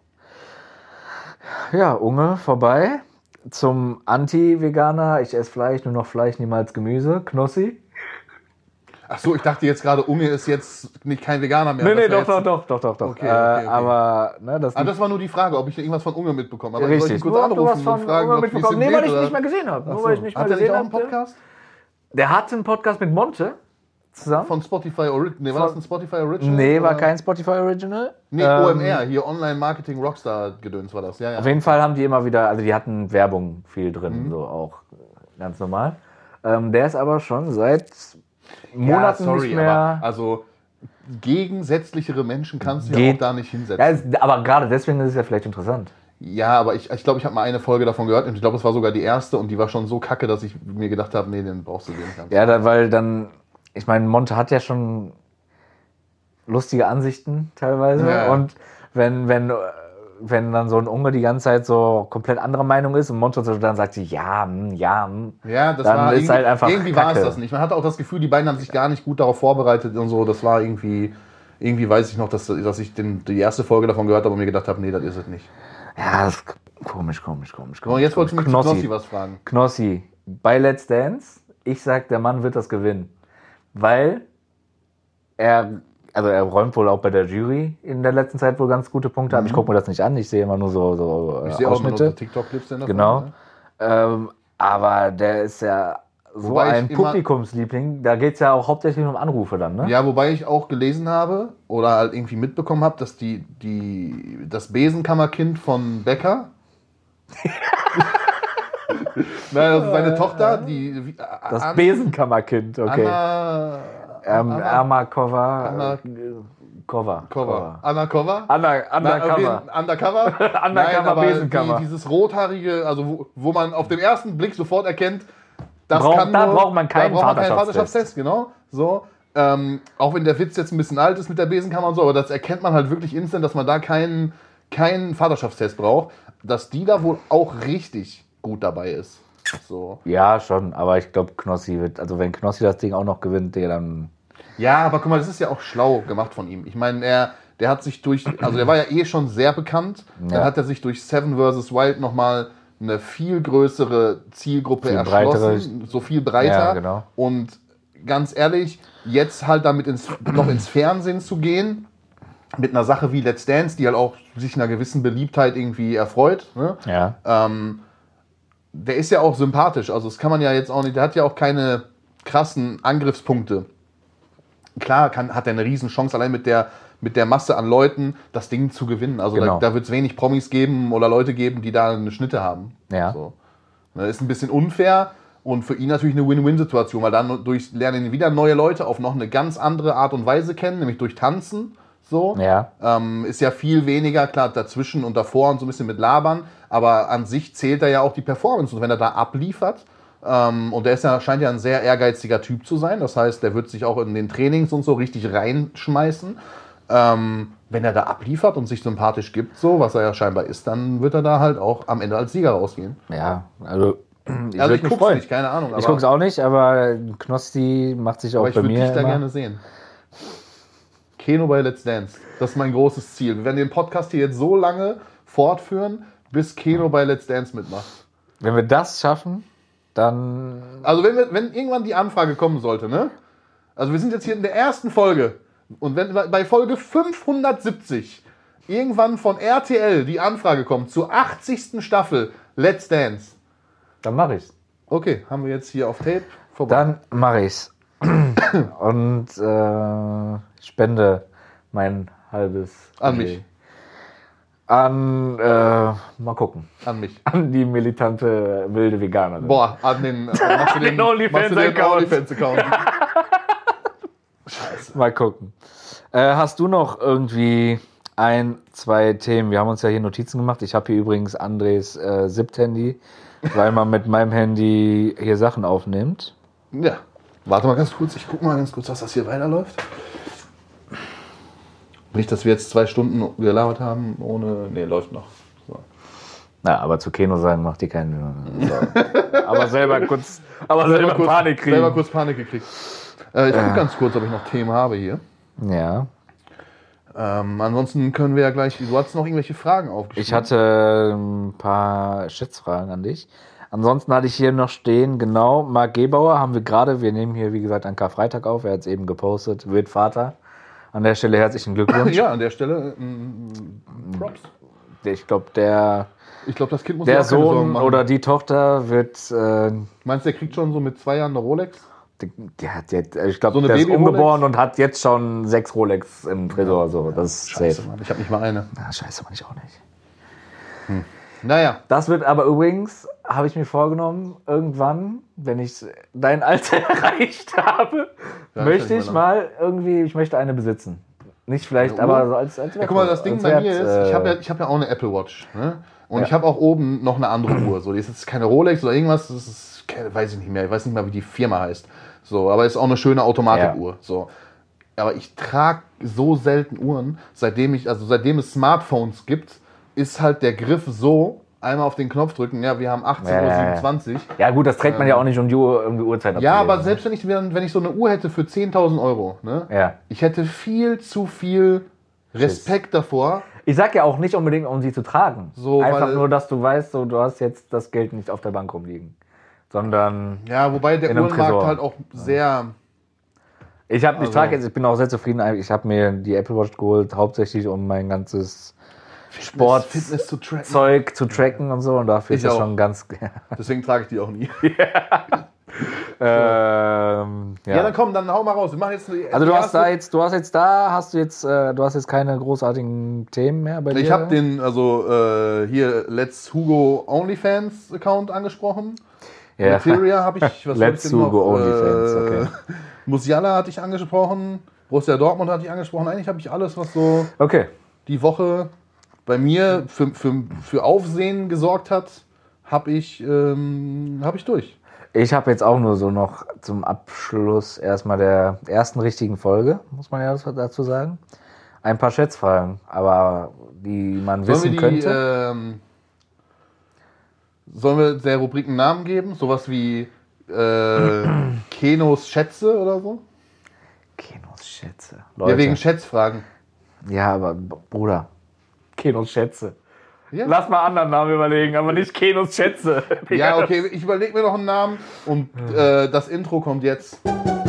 Ja, Unge vorbei. Zum Anti-Veganer, ich esse Fleisch, nur noch Fleisch, niemals Gemüse. Knossi. Ach so, ich dachte jetzt gerade, Unge ist jetzt nicht kein Veganer mehr. Nee, doch. Okay. Aber das war nur die Frage, ob ich irgendwas von Unge mitbekomme. Aber richtig. Soll ich kurz anrufen und fragen, Unge mitbekommen? Weil ich ihn nicht mehr gesehen habe. Hat er nicht auch einen Podcast? Der hat einen Podcast mit Monte. zusammen? Von Spotify Original. Nee, war das ein Spotify Original? Nee, war oder? kein Spotify Original. Nee, OMR, hier Online Marketing Rockstar Gedöns war das. Ja, ja. Auf jeden Fall haben die immer wieder, also die hatten Werbung viel drin, so auch ganz normal. Der ist aber schon seit Monaten nicht mehr. Aber also gegensätzlichere Menschen kannst du ja auch da nicht hinsetzen. Ja, aber gerade deswegen ist es ja vielleicht interessant. Ja, aber ich glaube, ich habe mal eine Folge davon gehört und ich glaube, es war sogar die erste und die war schon so kacke, dass ich mir gedacht habe, nee, den brauchst du den nicht. Ja, weil dann, ich meine, Monte hat ja schon lustige Ansichten teilweise Ja. und wenn dann so ein Unge die ganze Zeit so komplett andere Meinung ist und Monte dann sagt sie, ja, das dann war ist halt einfach irgendwie war es Kacke. das nicht. Man hatte auch das Gefühl, die beiden haben sich gar nicht gut darauf vorbereitet und so. Das war irgendwie weiß ich noch, dass ich die erste Folge davon gehört habe und mir gedacht habe, nee, das ist es nicht. Ja, das ist komisch. Und jetzt wolltest du mich zu Knossi was fragen. Knossi, bei Let's Dance, ich sag, der Mann wird das gewinnen. Weil er räumt wohl auch bei der Jury in der letzten Zeit wohl ganz gute Punkte ab. Ich gucke mir das nicht an, ich sehe immer nur so Ich sehe auch immer Ausschnitte. nur so TikTok-Clips davon. Genau. Ne? Aber der ist ja so Wobei ich ein immer- Publikumsliebling. Da geht es ja auch hauptsächlich um Anrufe dann, ne? Ja, wobei ich auch gelesen habe oder halt irgendwie mitbekommen habe, dass das Besenkammerkind von Becker, nein, also seine Tochter, Das Besenkammerkind, okay. Anna Cover. Undercover? Undercover. Undercover? Undercover Nein, aber Besenkammer. dieses rothaarige, also wo man auf den ersten Blick sofort erkennt, das Da braucht man keinen Vaterschaftstest, genau. So. Auch wenn der Witz jetzt ein bisschen alt ist mit der Besenkammer und so, aber das erkennt man halt wirklich instant, dass man da keinen Vaterschaftstest braucht, dass die da wohl auch richtig gut dabei ist. So. Ja, schon, aber ich glaube, Knossi wird, also wenn Knossi das Ding auch noch gewinnt, dann. Ja, aber guck mal, das ist ja auch schlau gemacht von ihm. Ich meine, der hat sich der war ja eh schon sehr bekannt, dann hat er sich durch Seven vs. Wild nochmal eine viel größere Zielgruppe Viel erschlossen, so viel breiter. Ja, genau. Und ganz ehrlich, jetzt halt damit noch ins Fernsehen zu gehen, mit einer Sache wie Let's Dance, die halt auch sich einer gewissen Beliebtheit irgendwie erfreut, ne? Ja. Der ist ja auch sympathisch, also das kann man ja jetzt auch nicht, der hat ja auch keine krassen Angriffspunkte. Klar hat er eine riesen Chance, allein mit der Masse an Leuten das Ding zu gewinnen. Also Genau. da wird es wenig Promis geben oder Leute geben, die da eine Schnitte haben. Ja. So. Das ist ein bisschen unfair und für ihn natürlich eine Win-Win-Situation, weil dann lernen ihn wieder neue Leute auf noch eine ganz andere Art und Weise kennen, nämlich durch Tanzen. So. Ja. Ist ja viel weniger, klar, dazwischen und davor und so ein bisschen mit Labern, aber an sich zählt er ja auch die Performance und wenn er da abliefert, und der scheint ja ein sehr ehrgeiziger Typ zu sein, das heißt, der wird sich auch in den Trainings und so richtig reinschmeißen. Wenn er da abliefert und sich sympathisch gibt, so, was er ja scheinbar ist, dann wird er da halt auch am Ende als Sieger rausgehen. Ja, also ich Also würde ich mich guck's freuen. nicht, keine Ahnung. Ich gucke es auch nicht, aber Knossi macht sich auch aber ich bei würde mir dich da immer. gerne sehen. Keno bei Let's Dance, das ist mein großes Ziel. Wir werden den Podcast hier jetzt so lange fortführen, bis Keno bei Let's Dance mitmacht. Wenn wir das schaffen, dann. Also wenn irgendwann die Anfrage kommen sollte, ne? Also wir sind jetzt hier in der ersten Folge und wenn bei Folge 570 irgendwann von RTL die Anfrage kommt zur 80. Staffel Let's Dance. Dann mache ich's. Okay, haben wir jetzt hier auf Tape vorbei. Dann mache ich's. Und spende mein halbes. An mich. Mal gucken. An mich. An die militante wilde Veganerin. Boah, an den machst du Den OnlyFans-Account. OnlyFans-Account. Mal gucken. Hast du noch irgendwie 1, 2 Themen? Wir haben uns ja hier Notizen gemacht. Ich habe hier übrigens Andres SIP-Handy, weil man mit meinem Handy hier Sachen aufnimmt. Ja. Warte mal ganz kurz, ich guck mal ganz kurz, dass das hier weiterläuft. Nicht, dass wir jetzt 2 Stunden gelabert haben ohne. Nee, läuft noch. So. Na, aber zu Keno sagen macht die keinen. So. aber selber kurz Panik kriegen. Selber kurz Panik gekriegt. Ich guck ganz kurz, ob ich noch Themen habe hier. Ja. Ansonsten können wir ja gleich. Du hast noch irgendwelche Fragen aufgeschrieben. Ich hatte ein paar Schätzfragen an dich. Ansonsten hatte ich hier noch stehen, genau, Marc Gebauer haben wir gerade, wir nehmen hier wie gesagt an Karfreitag auf, er hat es eben gepostet, wird Vater. An der Stelle herzlichen Glückwunsch. Ja, an der Stelle Props. Ich glaube, Ich glaube, das Kind muss der sich auch keine Sorgen Sohn machen. oder die Tochter wird, Meinst du, der kriegt schon so mit 2 Jahren eine Rolex? Ich glaube, So eine der ist Baby-Rolex? umgeboren und hat jetzt schon 6 Rolex im Tresor. So. Das ist Scheiße, safe. Mann. Ich habe nicht mal eine. Na, scheiße, Mann, ich auch nicht. Naja. Das wird aber übrigens, habe ich mir vorgenommen, irgendwann, wenn ich dein Alter erreicht habe, Ja, möchte ich ich mal irgendwie, ich möchte eine besitzen. Nicht vielleicht, Eine Uhr? aber so als Ja, guck mal, das Ding bei mir ist, ich hab ja auch eine Apple Watch. Ne? Und Ja. ich habe auch oben noch eine andere Uhr. So, die ist jetzt keine Rolex oder irgendwas, das ist, weiß ich nicht mehr. Ich weiß nicht mal, wie die Firma heißt. So, aber ist auch eine schöne Automatikuhr. So. Aber ich trage so selten Uhren, seitdem es Smartphones gibt, ist halt der Griff so, einmal auf den Knopf drücken, ja, wir haben 18:27 Uhr. Ja gut, das trägt man ja auch nicht, um die Uhrzeit abzulesen. Ja, aber selbst wenn ich so eine Uhr hätte für 10.000 Euro, ne, Ja. ich hätte viel zu viel Respekt davor. Ich sag ja auch nicht unbedingt, um sie zu tragen. So, einfach weil- nur, dass du weißt, so, du hast jetzt das Geld nicht auf der Bank rumliegen. Sondern Ja, wobei der In einem Uhrenmarkt Tresor. halt auch sehr... ich trage jetzt, ich bin auch sehr zufrieden. Ich habe mir die Apple Watch geholt, hauptsächlich um mein ganzes Fitness zu tracken. Zeug zu tracken und so. Und dafür Ich ist das auch. schon ganz. Deswegen trage ich die auch nie. Ja, Ja, dann komm, dann hau mal raus. Wir machen jetzt also du hast jetzt keine großartigen Themen mehr bei dir? Ich habe den, hier Let's Hugo OnlyFans Account angesprochen. Ja. Materia habe ich, was Let's hab ich denn noch? Hugo OnlyFans, okay. Musiala hatte ich angesprochen. Borussia Dortmund hatte ich angesprochen. Eigentlich habe ich alles, was so Okay. die Woche bei mir für Aufsehen gesorgt hat, habe ich durch. Ich habe jetzt auch nur so noch zum Abschluss erstmal der ersten richtigen Folge, muss man ja dazu sagen, ein paar Schätzfragen, aber die man wissen könnte. Sollen wir der Rubrik einen Namen geben? Sowas wie Kenos Schätze oder so? Kenos Schätze. Ja, Leute. wegen Schätzfragen. Ja, aber Bruder. Kenos Schätze. Ja. Lass mal anderen Namen überlegen, aber nicht Kenos Schätze. Ja, okay, ich überlege mir noch einen Namen und das Intro kommt jetzt.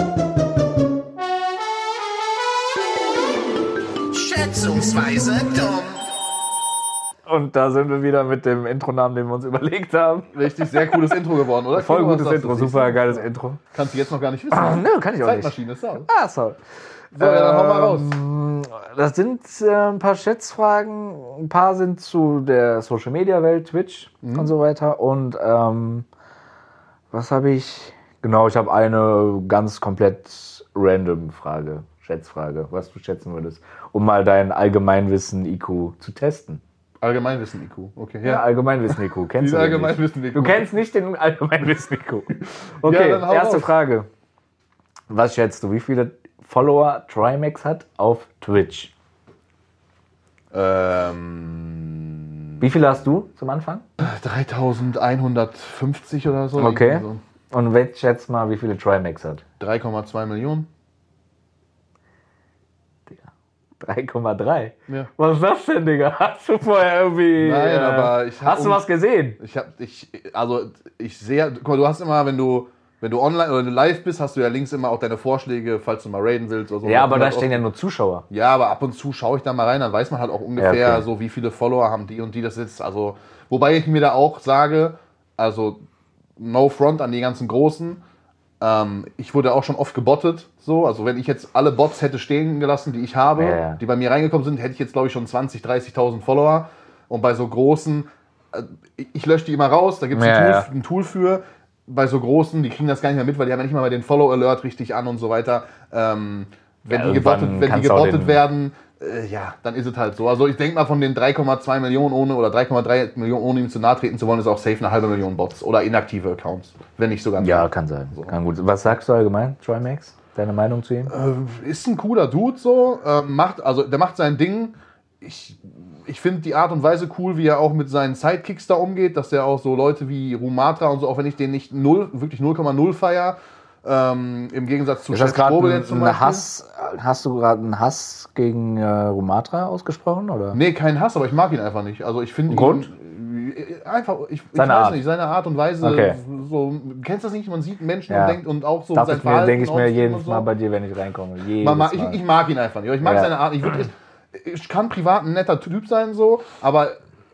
Schätzungsweise dumm. Und da sind wir wieder mit dem Intronamen, den wir uns überlegt haben. Richtig, sehr cooles Intro geworden, oder? Voll Kino, was gutes sagst Intro, du? super geiles Intro. Kannst du jetzt noch gar nicht wissen. Nö, kann ich auch nicht. Zeitmaschine, ist da. Ah, sorry. So, ja, dann hau mal raus. Das sind ein paar Schätzfragen. Ein paar sind zu der Social Media Welt, Twitch und so weiter. Und was habe ich? Genau, ich habe eine ganz komplett random Frage, Schätzfrage, was du schätzen würdest, um mal dein Allgemeinwissen IQ zu testen. Allgemeinwissen IQ, okay. Ja, Allgemeinwissen IQ. Kennst Diese du den Allgemeinwissen nicht? IQ. Du kennst nicht den Allgemeinwissen IQ. Okay, Ja, dann hau erste raus. Frage. Was schätzt du, wie viele Follower Trimax hat auf Twitch? Wie viele hast du zum Anfang? 3150 oder so. Okay. irgendwie Und jetzt schätzt mal, wie viele Trimax hat. So. 3,2 Millionen. 3,3. Ja. Was ist das denn, Digga? Hast du vorher irgendwie... Nein, aber ich hab Hast du was gesehen? Ich sehe, guck mal, du hast immer, wenn du online oder live bist, hast du ja links immer auch deine Vorschläge, falls du mal raiden willst oder so. Ja, aber da halt stehen auch- ja nur Zuschauer. Ja, aber ab und zu schaue ich da mal rein, dann weiß man halt auch ungefähr Ja, okay. so, wie viele Follower haben die und die das jetzt. Also, wobei ich mir da auch sage, also no front an die ganzen Großen. Ich wurde auch schon oft gebottet, so. Also wenn ich jetzt alle Bots hätte stehen gelassen, die ich habe, Ja. die bei mir reingekommen sind, hätte ich jetzt glaube ich schon 20.000, 30.000 Follower. Und bei so großen, ich lösche die immer raus, da gibt es Ja. ein Tool für. Bei so großen, die kriegen das gar nicht mehr mit, weil die haben ja nicht mal den Follow-Alert richtig an und so weiter. Wenn die irgendwann gebottet kannst du auch den- werden, ja, dann ist es halt so. Also ich denke mal, von den 3,2 Millionen ohne oder 3,3 Millionen, ohne ihm zu nahe treten zu wollen, ist auch safe eine halbe Million Bots oder inaktive Accounts, wenn nicht sogar mehr. Ja, kann sein. Kann gut. Was sagst du allgemein, Trimax? Deine Meinung zu ihm? Ist ein cooler Dude so, der macht sein Ding. Ich finde die Art und Weise cool, wie er auch mit seinen Sidekicks da umgeht, dass er auch so Leute wie Rumatra und so, auch wenn ich den nicht wirklich 0,0 feier, im Gegensatz zu Ist das Chef gerade Strobel jetzt zum ein Beispiel. Hass? Hast du gerade einen Hass gegen Rumatra ausgesprochen? Oder? Nee, kein Hass, aber ich mag ihn einfach nicht. Also ich finde Grund? ihn einfach, ich Seine weiß Art. nicht, seine Art und Weise, Okay. so, du kennst das nicht, man sieht einen Menschen Ja. und denkt und auch so Das sein Verhalten. denke ich mir aussehen jedes und so. Mal bei dir, wenn ich reinkomme. Jedes Man mag, Mal. ich mag ihn einfach nicht. Ich mag Ja. seine Art. Ich kann privat ein netter Typ sein, so, aber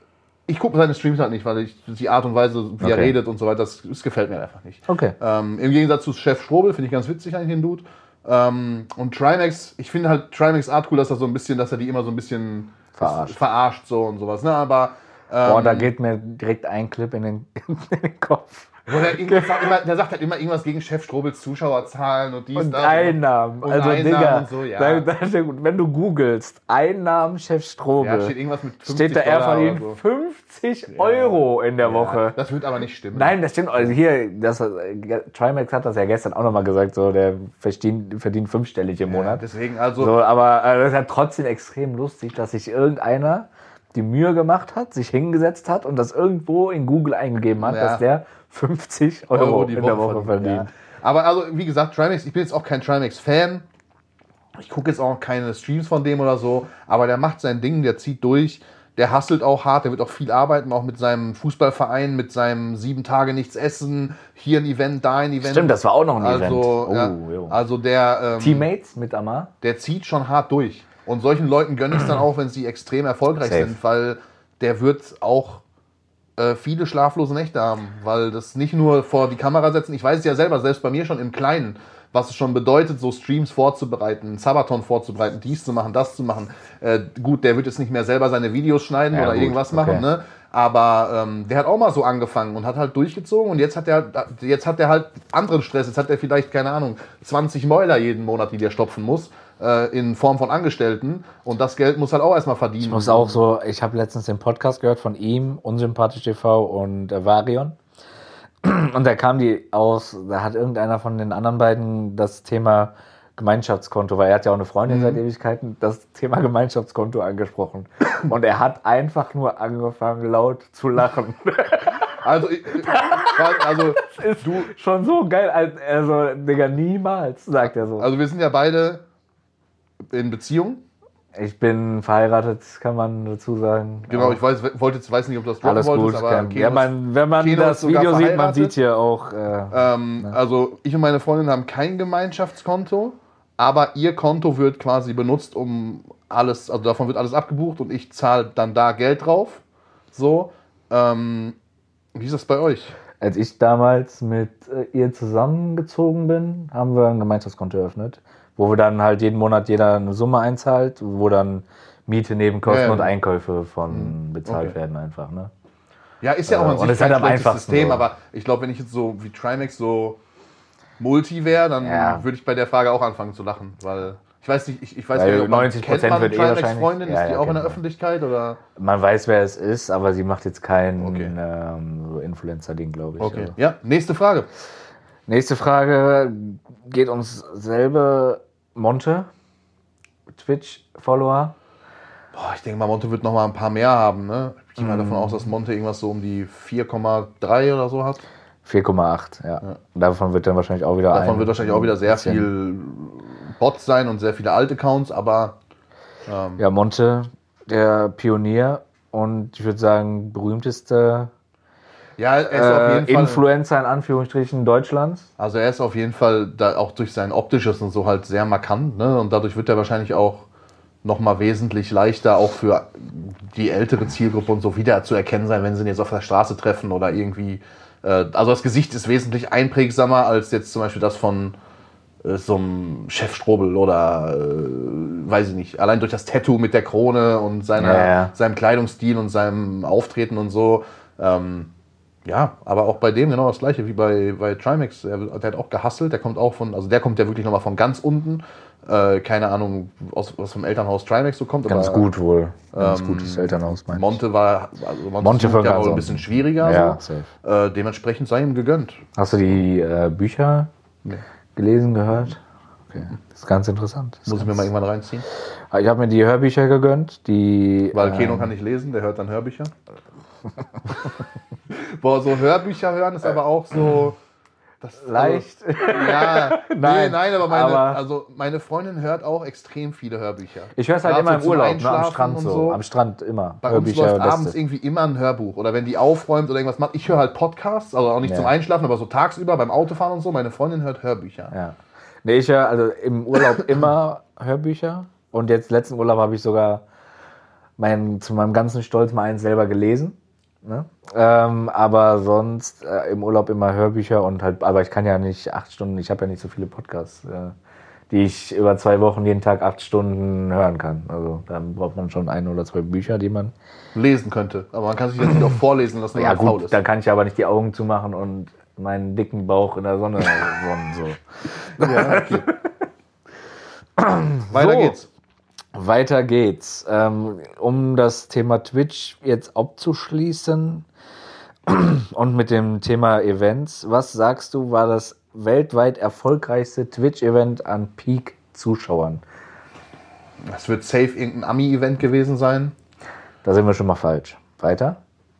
Ich gucke seine Streams halt nicht, weil die Art und Weise, wie er Okay. redet und so weiter, das gefällt mir einfach nicht. Okay. Im Gegensatz zu Chef Strobel finde ich ganz witzig eigentlich den Dude. Und Trimax, ich finde halt Trimax Art cool, dass er so ein bisschen, dass er die immer so ein bisschen verarscht so und sowas. Ne? Aber Boah, da geht mir direkt ein Clip in den Kopf. wo der sagt halt immer irgendwas gegen Chef Strobels Zuschauerzahlen und dies, Und das. Einnahmen. Und Also, Einnahmen Digga, und so, ja. wenn du googelst, Einnahmen Chef Strobel, Ja, steht irgendwas mit 50 steht da, er Dollar verdient oder so. 50 Euro in der Woche. Das wird aber nicht stimmen. Nein, das stimmt. Also hier, Trimax hat das ja gestern auch nochmal gesagt, so, der verdient fünfstellig im Ja, Monat. deswegen also. So, aber das ist ja trotzdem extrem lustig, dass sich irgendeiner die Mühe gemacht hat, sich hingesetzt hat und das irgendwo in Google eingegeben hat, Ja. dass der 50 Euro in der Woche verdient. Ja. Aber also, wie gesagt, Trimax, ich bin jetzt auch kein Trimax-Fan. Ich gucke jetzt auch keine Streams von dem oder so, aber der macht sein Ding, der zieht durch, der hustelt auch hart, der wird auch viel arbeiten, auch mit seinem Fußballverein, mit seinem 7 Tage nichts essen, hier ein Event, da ein Event. Stimmt, das war auch noch ein Event. Also, ja, jo. also der, Teammates mit Amar? der zieht schon hart durch. Und solchen Leuten gönne ich es dann auch, wenn sie extrem erfolgreich Safe. sind, weil der wird auch viele schlaflose Nächte haben, weil das nicht nur vor die Kamera setzen, ich weiß es ja selber, selbst bei mir schon im Kleinen, was es schon bedeutet, so Streams vorzubereiten, einen Sabaton vorzubereiten, dies zu machen, das zu machen. Gut, der wird jetzt nicht mehr selber seine Videos schneiden Ja, oder gut, irgendwas machen, okay. ne? Aber der hat auch mal so angefangen und hat halt durchgezogen und jetzt hat er halt anderen Stress. Jetzt hat er vielleicht, keine Ahnung, 20 Mäuler jeden Monat, die der stopfen muss, in Form von Angestellten und das Geld muss halt auch erstmal verdienen. Ich muss auch so, ich habe letztens den Podcast gehört von ihm, Unsympathisch TV und Varion. Und da kam da hat irgendeiner von den anderen beiden das Thema Gemeinschaftskonto, weil er hat ja auch eine Freundin seit Ewigkeiten, das Thema Gemeinschaftskonto angesprochen. Und er hat einfach nur angefangen, laut zu lachen. Also du, Schon so geil, also, Digga, niemals, sagt er so. also wir sind ja beide in Beziehung. Ich bin verheiratet, kann man dazu sagen. Genau, Auch. ich weiß nicht, ob du das droppen Alles wolltest, gut. aber Ja, wenn man Keno ist das sogar Video sieht, man verheiratet. sieht hier auch. Also ich und meine Freundin haben kein Gemeinschaftskonto, aber ihr Konto wird quasi benutzt, um alles, also davon wird alles abgebucht und ich zahle dann da Geld drauf. So. Wie ist das bei euch? Als ich damals mit ihr zusammengezogen bin, haben wir ein Gemeinschaftskonto eröffnet, wo wir dann halt jeden Monat jeder eine Summe einzahlt, wo dann Miete, Nebenkosten Ja. und Einkäufe von bezahlt Okay. werden einfach. Ne? Ja, ist ja auch an und sich ist halt kein am schlechtes einfachsten System, so. aber ich glaube, wenn ich jetzt so wie Trimax so Multi wäre, dann Ja. würde ich bei der Frage auch anfangen zu lachen, weil ich weiß nicht, ich weiß Weil nicht, ob man, 90% kennt man wird eh Trimax wahrscheinlich- Freundin, Ja, ist die ja, auch in kennt der man. Öffentlichkeit oder? Man weiß, wer es ist, aber sie macht jetzt kein Okay. so Influencer-Ding, glaube ich. Okay. Also. Ja, nächste Frage. Nächste Frage geht ums selbe Monte, Twitch-Follower. Boah, ich denke mal, Monte wird noch mal ein paar mehr haben. Ne? Ich gehe mal davon aus, dass Monte irgendwas so um die 4,3 oder so hat. 4,8, ja. Davon wird dann wahrscheinlich auch wieder Davon wird wahrscheinlich auch wieder sehr bisschen- viel Bots sein und sehr viele Alt-Accounts, aber Ja, Monte, der Pionier und ich würde sagen, berühmteste ja, er ist auf jeden Fall, Influencer in Anführungsstrichen Deutschlands. also er ist auf jeden Fall da auch durch sein Optisches und so halt sehr markant, ne? Und dadurch wird er wahrscheinlich auch noch mal wesentlich leichter auch für die ältere Zielgruppe und so wieder zu erkennen sein, wenn sie ihn jetzt auf der Straße treffen oder irgendwie. Also das Gesicht ist wesentlich einprägsamer als jetzt zum Beispiel das von so einem Chef Strobel oder weiß ich nicht, allein durch das Tattoo mit der Krone und seinem Kleidungsstil und seinem Auftreten und so. Ja, aber auch bei dem genau das gleiche wie bei Trimax. Der hat auch gehustelt, der kommt auch also der kommt ja wirklich nochmal von ganz unten. Keine Ahnung, was vom Elternhaus Trimax so kommt. Ganz aber, gut wohl. Ganz gutes Elternhaus, meinst du? Monte war, Monte von ja ganz wohl ein unten. bisschen schwieriger. Ja, so. safe. Dementsprechend sei ihm gegönnt. Hast du die Bücher Nee. gelesen, gehört? Okay. Das ist ganz interessant. Muss ich mir mal irgendwann reinziehen. Ich habe mir die Hörbücher gegönnt, die. Weil Keno kann nicht lesen, der hört dann Hörbücher. Boah, so Hörbücher hören ist aber auch so. leicht. Ja, Nein, nein, aber aber- meine Freundin hört auch extrem viele Hörbücher. Ich höre es halt Gerade immer so im zum Urlaub, ne, am Einschlafen Strand und so. Am Strand immer. Bei uns läuft abends Beste. irgendwie immer ein Hörbuch. Oder wenn die aufräumt oder irgendwas macht. Ich höre halt Podcasts, also auch nicht Ja. zum Einschlafen, aber so tagsüber beim Autofahren und so. Meine Freundin hört Hörbücher. Ja. Nee, ich höre also im Urlaub immer Hörbücher. Und jetzt letzten Urlaub habe ich sogar zu meinem ganzen Stolz mal eins selber gelesen. Ne? Aber sonst im Urlaub immer Hörbücher und halt, aber ich kann ja nicht 8 Stunden, ich habe ja nicht so viele Podcasts, die ich über 2 Wochen jeden Tag 8 Stunden hören kann. Also dann braucht man schon 1 oder 2 Bücher, die man Lesen könnte. Aber man kann sich jetzt nicht auch vorlesen lassen, wenn ja man faul gut, ist. dann kann ich aber nicht die Augen zumachen und meinen dicken Bauch in der Sonne sonnen. So. Ja, okay. Weiter So. geht's. Weiter geht's. Um das Thema Twitch jetzt abzuschließen und mit dem Thema Events, was sagst du, war das weltweit erfolgreichste Twitch-Event an Peak-Zuschauern? Das wird safe irgendein Ami-Event gewesen sein. Da sind wir schon mal falsch. Weiter?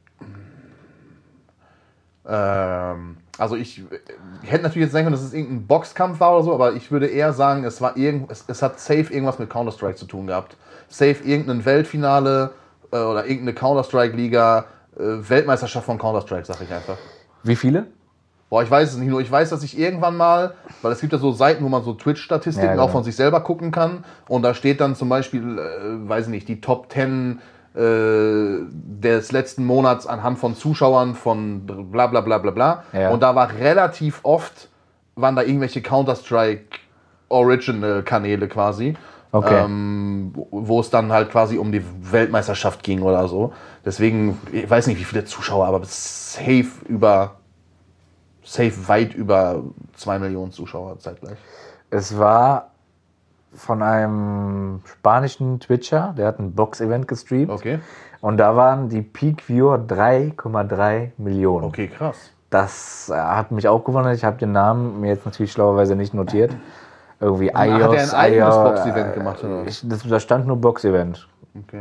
Also ich hätte natürlich jetzt sagen können, dass es irgendein Boxkampf war oder so, aber ich würde eher sagen, es hat safe irgendwas mit Counter-Strike zu tun gehabt. Safe irgendein Weltfinale oder irgendeine Counter-Strike-Liga, Weltmeisterschaft von Counter-Strike, sag ich einfach. Wie viele? Boah, ich weiß es nicht, nur ich weiß, dass ich irgendwann mal, weil es gibt ja so Seiten, wo man so Twitch-Statistiken Ja, genau. auch von sich selber gucken kann und da steht dann zum Beispiel, weiß ich nicht, die Top 10 des letzten Monats anhand von Zuschauern von bla bla bla bla bla. Ja. Und da war relativ oft, waren da irgendwelche Counter-Strike Original-Kanäle quasi. Okay. Wo es dann halt quasi um die Weltmeisterschaft ging oder so. Deswegen, ich weiß nicht, wie viele Zuschauer, aber safe weit über 2 Millionen Zuschauer zeitgleich. Es war von einem spanischen Twitcher, der hat ein Box-Event gestreamt. Okay. Und da waren die Peak-Viewer 3,3 Millionen. Okay, krass. Das hat mich auch gewundert. Ich habe den Namen mir jetzt natürlich schlauerweise nicht notiert. Irgendwie Hat er iOS, ein eigenes Box-Event gemacht, oder? Da stand nur Box-Event. Okay.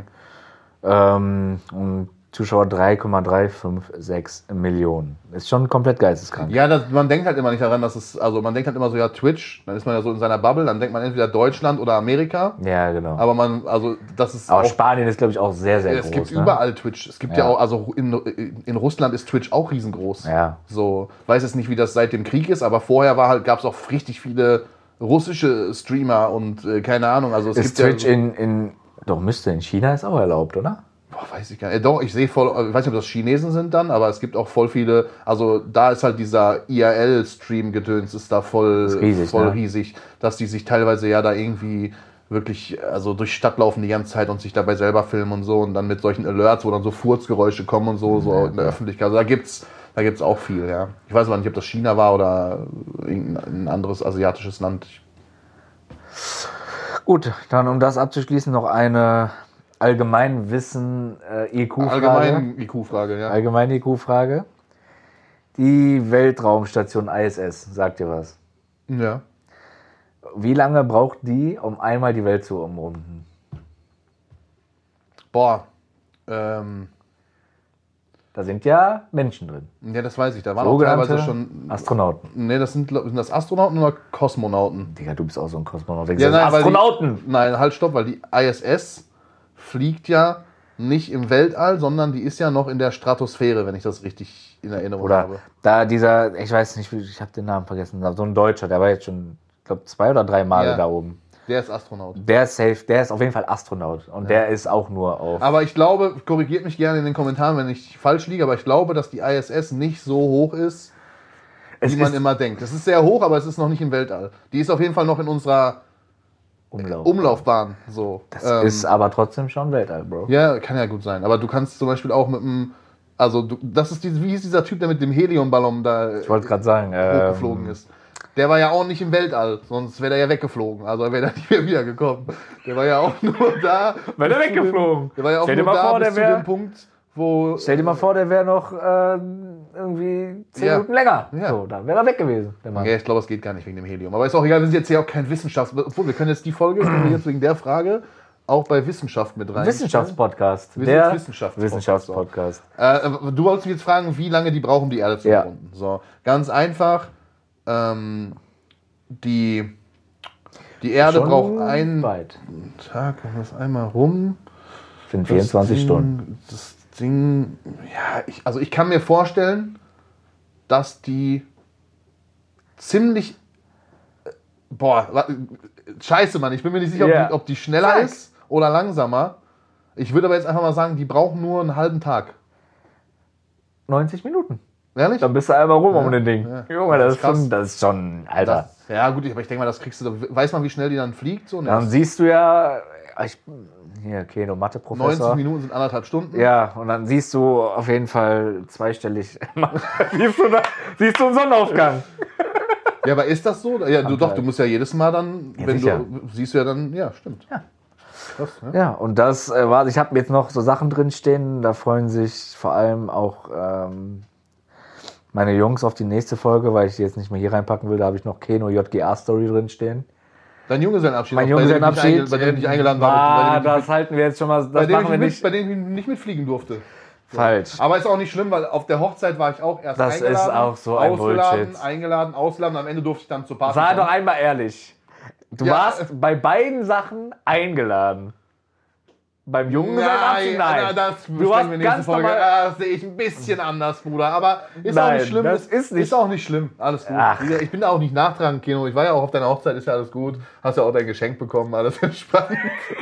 Und Zuschauer 3,356 Millionen. Ist schon komplett geisteskrank. Ja, man denkt halt immer nicht daran, man denkt halt immer so, ja, Twitch, dann ist man ja so in seiner Bubble, dann denkt man entweder Deutschland oder Amerika. Ja, genau. Aber das ist Aber auch, Spanien ist, glaube ich, auch sehr, sehr groß. es gibt ne? überall Twitch. Es gibt ja, Ja. auch, also in Russland ist Twitch auch riesengroß. Ja. So, weiß jetzt nicht, wie das seit dem Krieg ist, aber vorher gab es auch richtig viele russische Streamer und keine Ahnung. Also es Ist gibt Twitch ja, doch müsste in China ist auch erlaubt, oder? boah, weiß ich gar nicht. Doch, ich weiß nicht, ob das Chinesen sind dann, aber es gibt auch voll viele, also da ist halt dieser IRL-Stream-Gedöns ist da voll, ist riesig, voll ne? riesig, dass die sich teilweise ja da irgendwie wirklich, also durch die Stadt laufen die ganze Zeit und sich dabei selber filmen und so und dann mit solchen Alerts, wo dann so Furzgeräusche kommen und so in der Öffentlichkeit. Also da gibt's auch viel, ja. Ich weiß aber nicht, ob das China war oder irgendein anderes asiatisches Land. Gut, dann um das abzuschließen noch eine Allgemeinwissen IQ-Frage. Allgemein IQ-Frage, ja. Allgemeine IQ-Frage. Die Weltraumstation ISS, sagt ihr was? Ja. Wie lange braucht die, um einmal die Welt zu umrunden? Boah, Da sind ja Menschen drin. ja, das weiß ich. Da waren auch teilweise Sogenannte schon. Astronauten. Nee, sind das Astronauten oder Kosmonauten? Digga, du bist auch so ein Kosmonaut. Ja, nein, weil Astronauten! Nein, halt, stopp, weil die ISS fliegt ja nicht im Weltall, sondern die ist ja noch in der Stratosphäre, wenn ich das richtig in Erinnerung Oder habe. da dieser, ich weiß nicht, ich habe den Namen vergessen, so ein Deutscher, der war jetzt schon, ich glaube, 2 oder 3 Male Ja. da oben. Der ist Astronaut. Der ist safe, der ist auf jeden Fall Astronaut. Und der ist auch nur auf. Aber ich glaube, korrigiert mich gerne in den Kommentaren, wenn ich falsch liege, aber ich glaube, dass die ISS nicht so hoch ist, wie man immer denkt. Es ist sehr hoch, aber es ist noch nicht im Weltall. Die ist auf jeden Fall noch in unserer Umlaufbahn. So. Das ist aber trotzdem schon Weltall, Bro. Ja, kann ja gut sein. Aber du kannst zum Beispiel auch mit einem. Wie hieß dieser Typ, der mit dem Heliumballon da Ich wollte gerade sagen, hochgeflogen ist? Der war ja auch nicht im Weltall, sonst wäre der ja weggeflogen. Also wäre der nicht mehr wiedergekommen. Der war ja auch nur da. Wäre der weggeflogen. Der war ja auch Stell dir nur mal da vor, bis der zu wär- dem Punkt, wo. Stell dir mal vor, der wäre noch irgendwie 10 Ja. Minuten länger. Ja. So, dann wäre er weg gewesen, der Mann. Ja, ich glaube, es geht gar nicht wegen dem Helium. Aber ist auch egal, wir sind jetzt hier auch kein Obwohl, wir können jetzt die Folge, können wir jetzt wegen der Frage auch bei Wissenschaft mit rein. Wissenschaftspodcast. Wir Der sind Wissenschaftspodcast. Wissenschaftspodcast. Du wolltest mich jetzt fragen, wie lange die brauchen, um die Erde zu Ja. umrunden. So, ganz einfach. Die Erde Schon braucht einen weit. Tag, wenn das einmal rum. Sind 24 das Ding, Stunden. Das Ding, ja, ich kann mir vorstellen, dass die ziemlich. Scheiße, Mann, ich bin mir nicht sicher, Ja. ob die schneller Fuck. ist oder langsamer. Ich würde aber jetzt einfach mal sagen, die brauchen nur einen halben Tag. 90 Minuten. Ehrlich? Dann bist du einmal rum um den Ding. ja. Junge, Das ist krass. das ist schon, Alter. Ja, gut, aber ich denke mal, das kriegst du. Weiß man, wie schnell die dann fliegt? So? Dann siehst du ja, hier, Keno, 90 Mathe-Professor. Minuten sind 1,5 Stunden. Ja, und dann siehst du auf jeden Fall zweistellig. siehst du einen Sonnenaufgang. Ja, aber ist das so? Ja, du musst ja jedes Mal dann, Ja, wenn sicher. du siehst du ja dann, ja, stimmt. Ja. Krass, ja. Ja, und das war, ich habe jetzt noch so Sachen drin stehen, da freuen sich vor allem auch meine Jungs auf die nächste Folge, weil ich die jetzt nicht mehr hier reinpacken will. Da habe ich noch Keno JGA-Story drin stehen. Dein Junggesellenabschied. Mein bei dem ich Junggesellenabschied. bei dem ich nicht eingeladen war. Das halten wir jetzt schon mal, das bei dem machen wir nicht. bei dem ich nicht mitfliegen durfte. Falsch. Aber ist auch nicht schlimm, weil auf der Hochzeit war ich auch erst Das eingeladen. ist auch so ein Bullshit. Eingeladen, ausgeladen. Am Ende durfte ich dann zur Party Sei kommen. doch einmal ehrlich. Du Ja. warst bei beiden Sachen eingeladen. Beim Junggesellenabschied, nein. Das Du besprechen hast wir nächste ganz Folge. normal- Das sehe ich ein bisschen anders, Bruder. Aber ist auch Nein, nicht schlimm. das ist nicht- auch nicht schlimm. Alles gut. Ach. Wie gesagt, ich bin da auch nicht nachtragend, Kino. Ich war ja auch auf deiner Hochzeit, ist ja alles gut. Hast ja auch dein Geschenk bekommen, alles entspannt.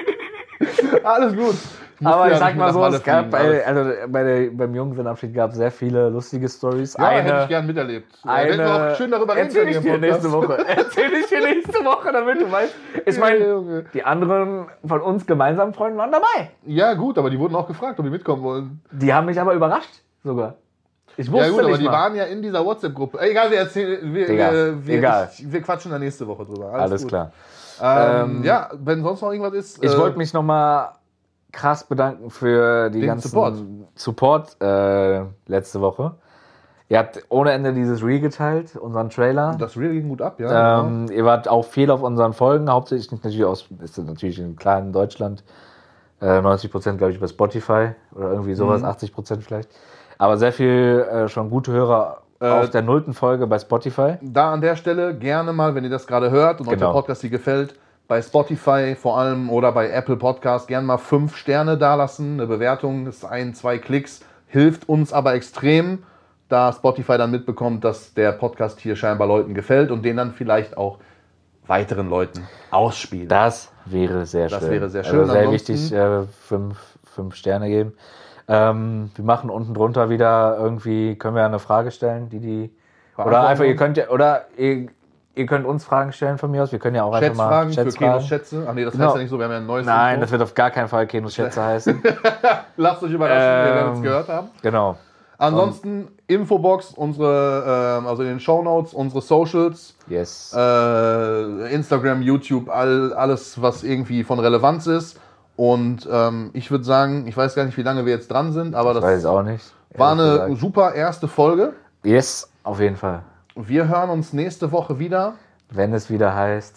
Alles gut. musste Aber ja ich sag nicht mal nach so, Malle es gab fliegen, beim Junggesellenabschied gab es sehr viele lustige Stories. ja, hätte ich gern miterlebt. Wir hätten auch schön darüber reden erzähl können ich hier dir im Podcast. nächste Woche. Erzähl ich dir nächste Woche, damit du weißt. Ich Ja, meine, Junge. die anderen von uns gemeinsamen Freunden waren dabei. Ja, gut, aber die wurden auch gefragt, ob die mitkommen wollen. Die haben mich aber überrascht sogar. Ich wusste Ja, gut, aber nicht die mal. waren ja in dieser WhatsApp-Gruppe. Egal, Egal. Egal. Wir quatschen da nächste Woche drüber. Alles gut. klar. Ja, wenn sonst noch irgendwas ist. Ich wollte mich nochmal krass bedanken für die Den ganzen Support letzte Woche. Ihr habt ohne Ende dieses Reel geteilt, unseren Trailer. Das Reel ging gut ab, ja. Genau. Ihr wart auch viel auf unseren Folgen, hauptsächlich ist natürlich in kleinen Deutschland. 90% glaube ich bei Spotify oder irgendwie sowas, 80% vielleicht. Aber sehr viel schon gute Hörer auf der 0. Folge bei Spotify. Da an der Stelle gerne mal, wenn ihr das gerade hört und euch der Genau. Podcast hier gefällt, bei Spotify vor allem oder bei Apple Podcast gerne mal 5 Sterne dalassen. Eine Bewertung ist 1, 2 Klicks, hilft uns aber extrem, da Spotify dann mitbekommt, dass der Podcast hier scheinbar Leuten gefällt und den dann vielleicht auch weiteren Leuten ausspielt. Das wäre sehr schön. Das wäre sehr schön. Also sehr Ansonsten- wichtig, 5 Sterne geben. Wir machen unten drunter wieder irgendwie, können wir eine Frage stellen, oder einfach, ihr könnt ja, oder ihr könnt uns Fragen stellen von mir aus. Wir können ja auch einfach mal Schätzfragen für Kenos Schätze. Ach nee, das Genau. heißt ja nicht so, wir haben ja ein neues Nein, Intro. das wird auf gar keinen Fall Kenos Schätze heißen. Lasst euch überraschen, wir werden es gehört haben. Genau. Ansonsten Infobox, also in den Shownotes, unsere Socials, Yes. Instagram, YouTube, alles, was irgendwie von Relevanz ist. Und ich würde sagen, ich weiß gar nicht, wie lange wir jetzt dran sind, aber Ich weiß das es auch nicht. war ehrlich eine gesagt. super erste Folge. Yes, auf jeden Fall. Wir hören uns nächste Woche wieder. Wenn es wieder heißt.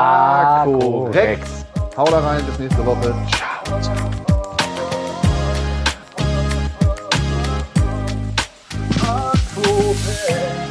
Korrekt. Hau da rein, bis nächste Woche. Ciao. Akro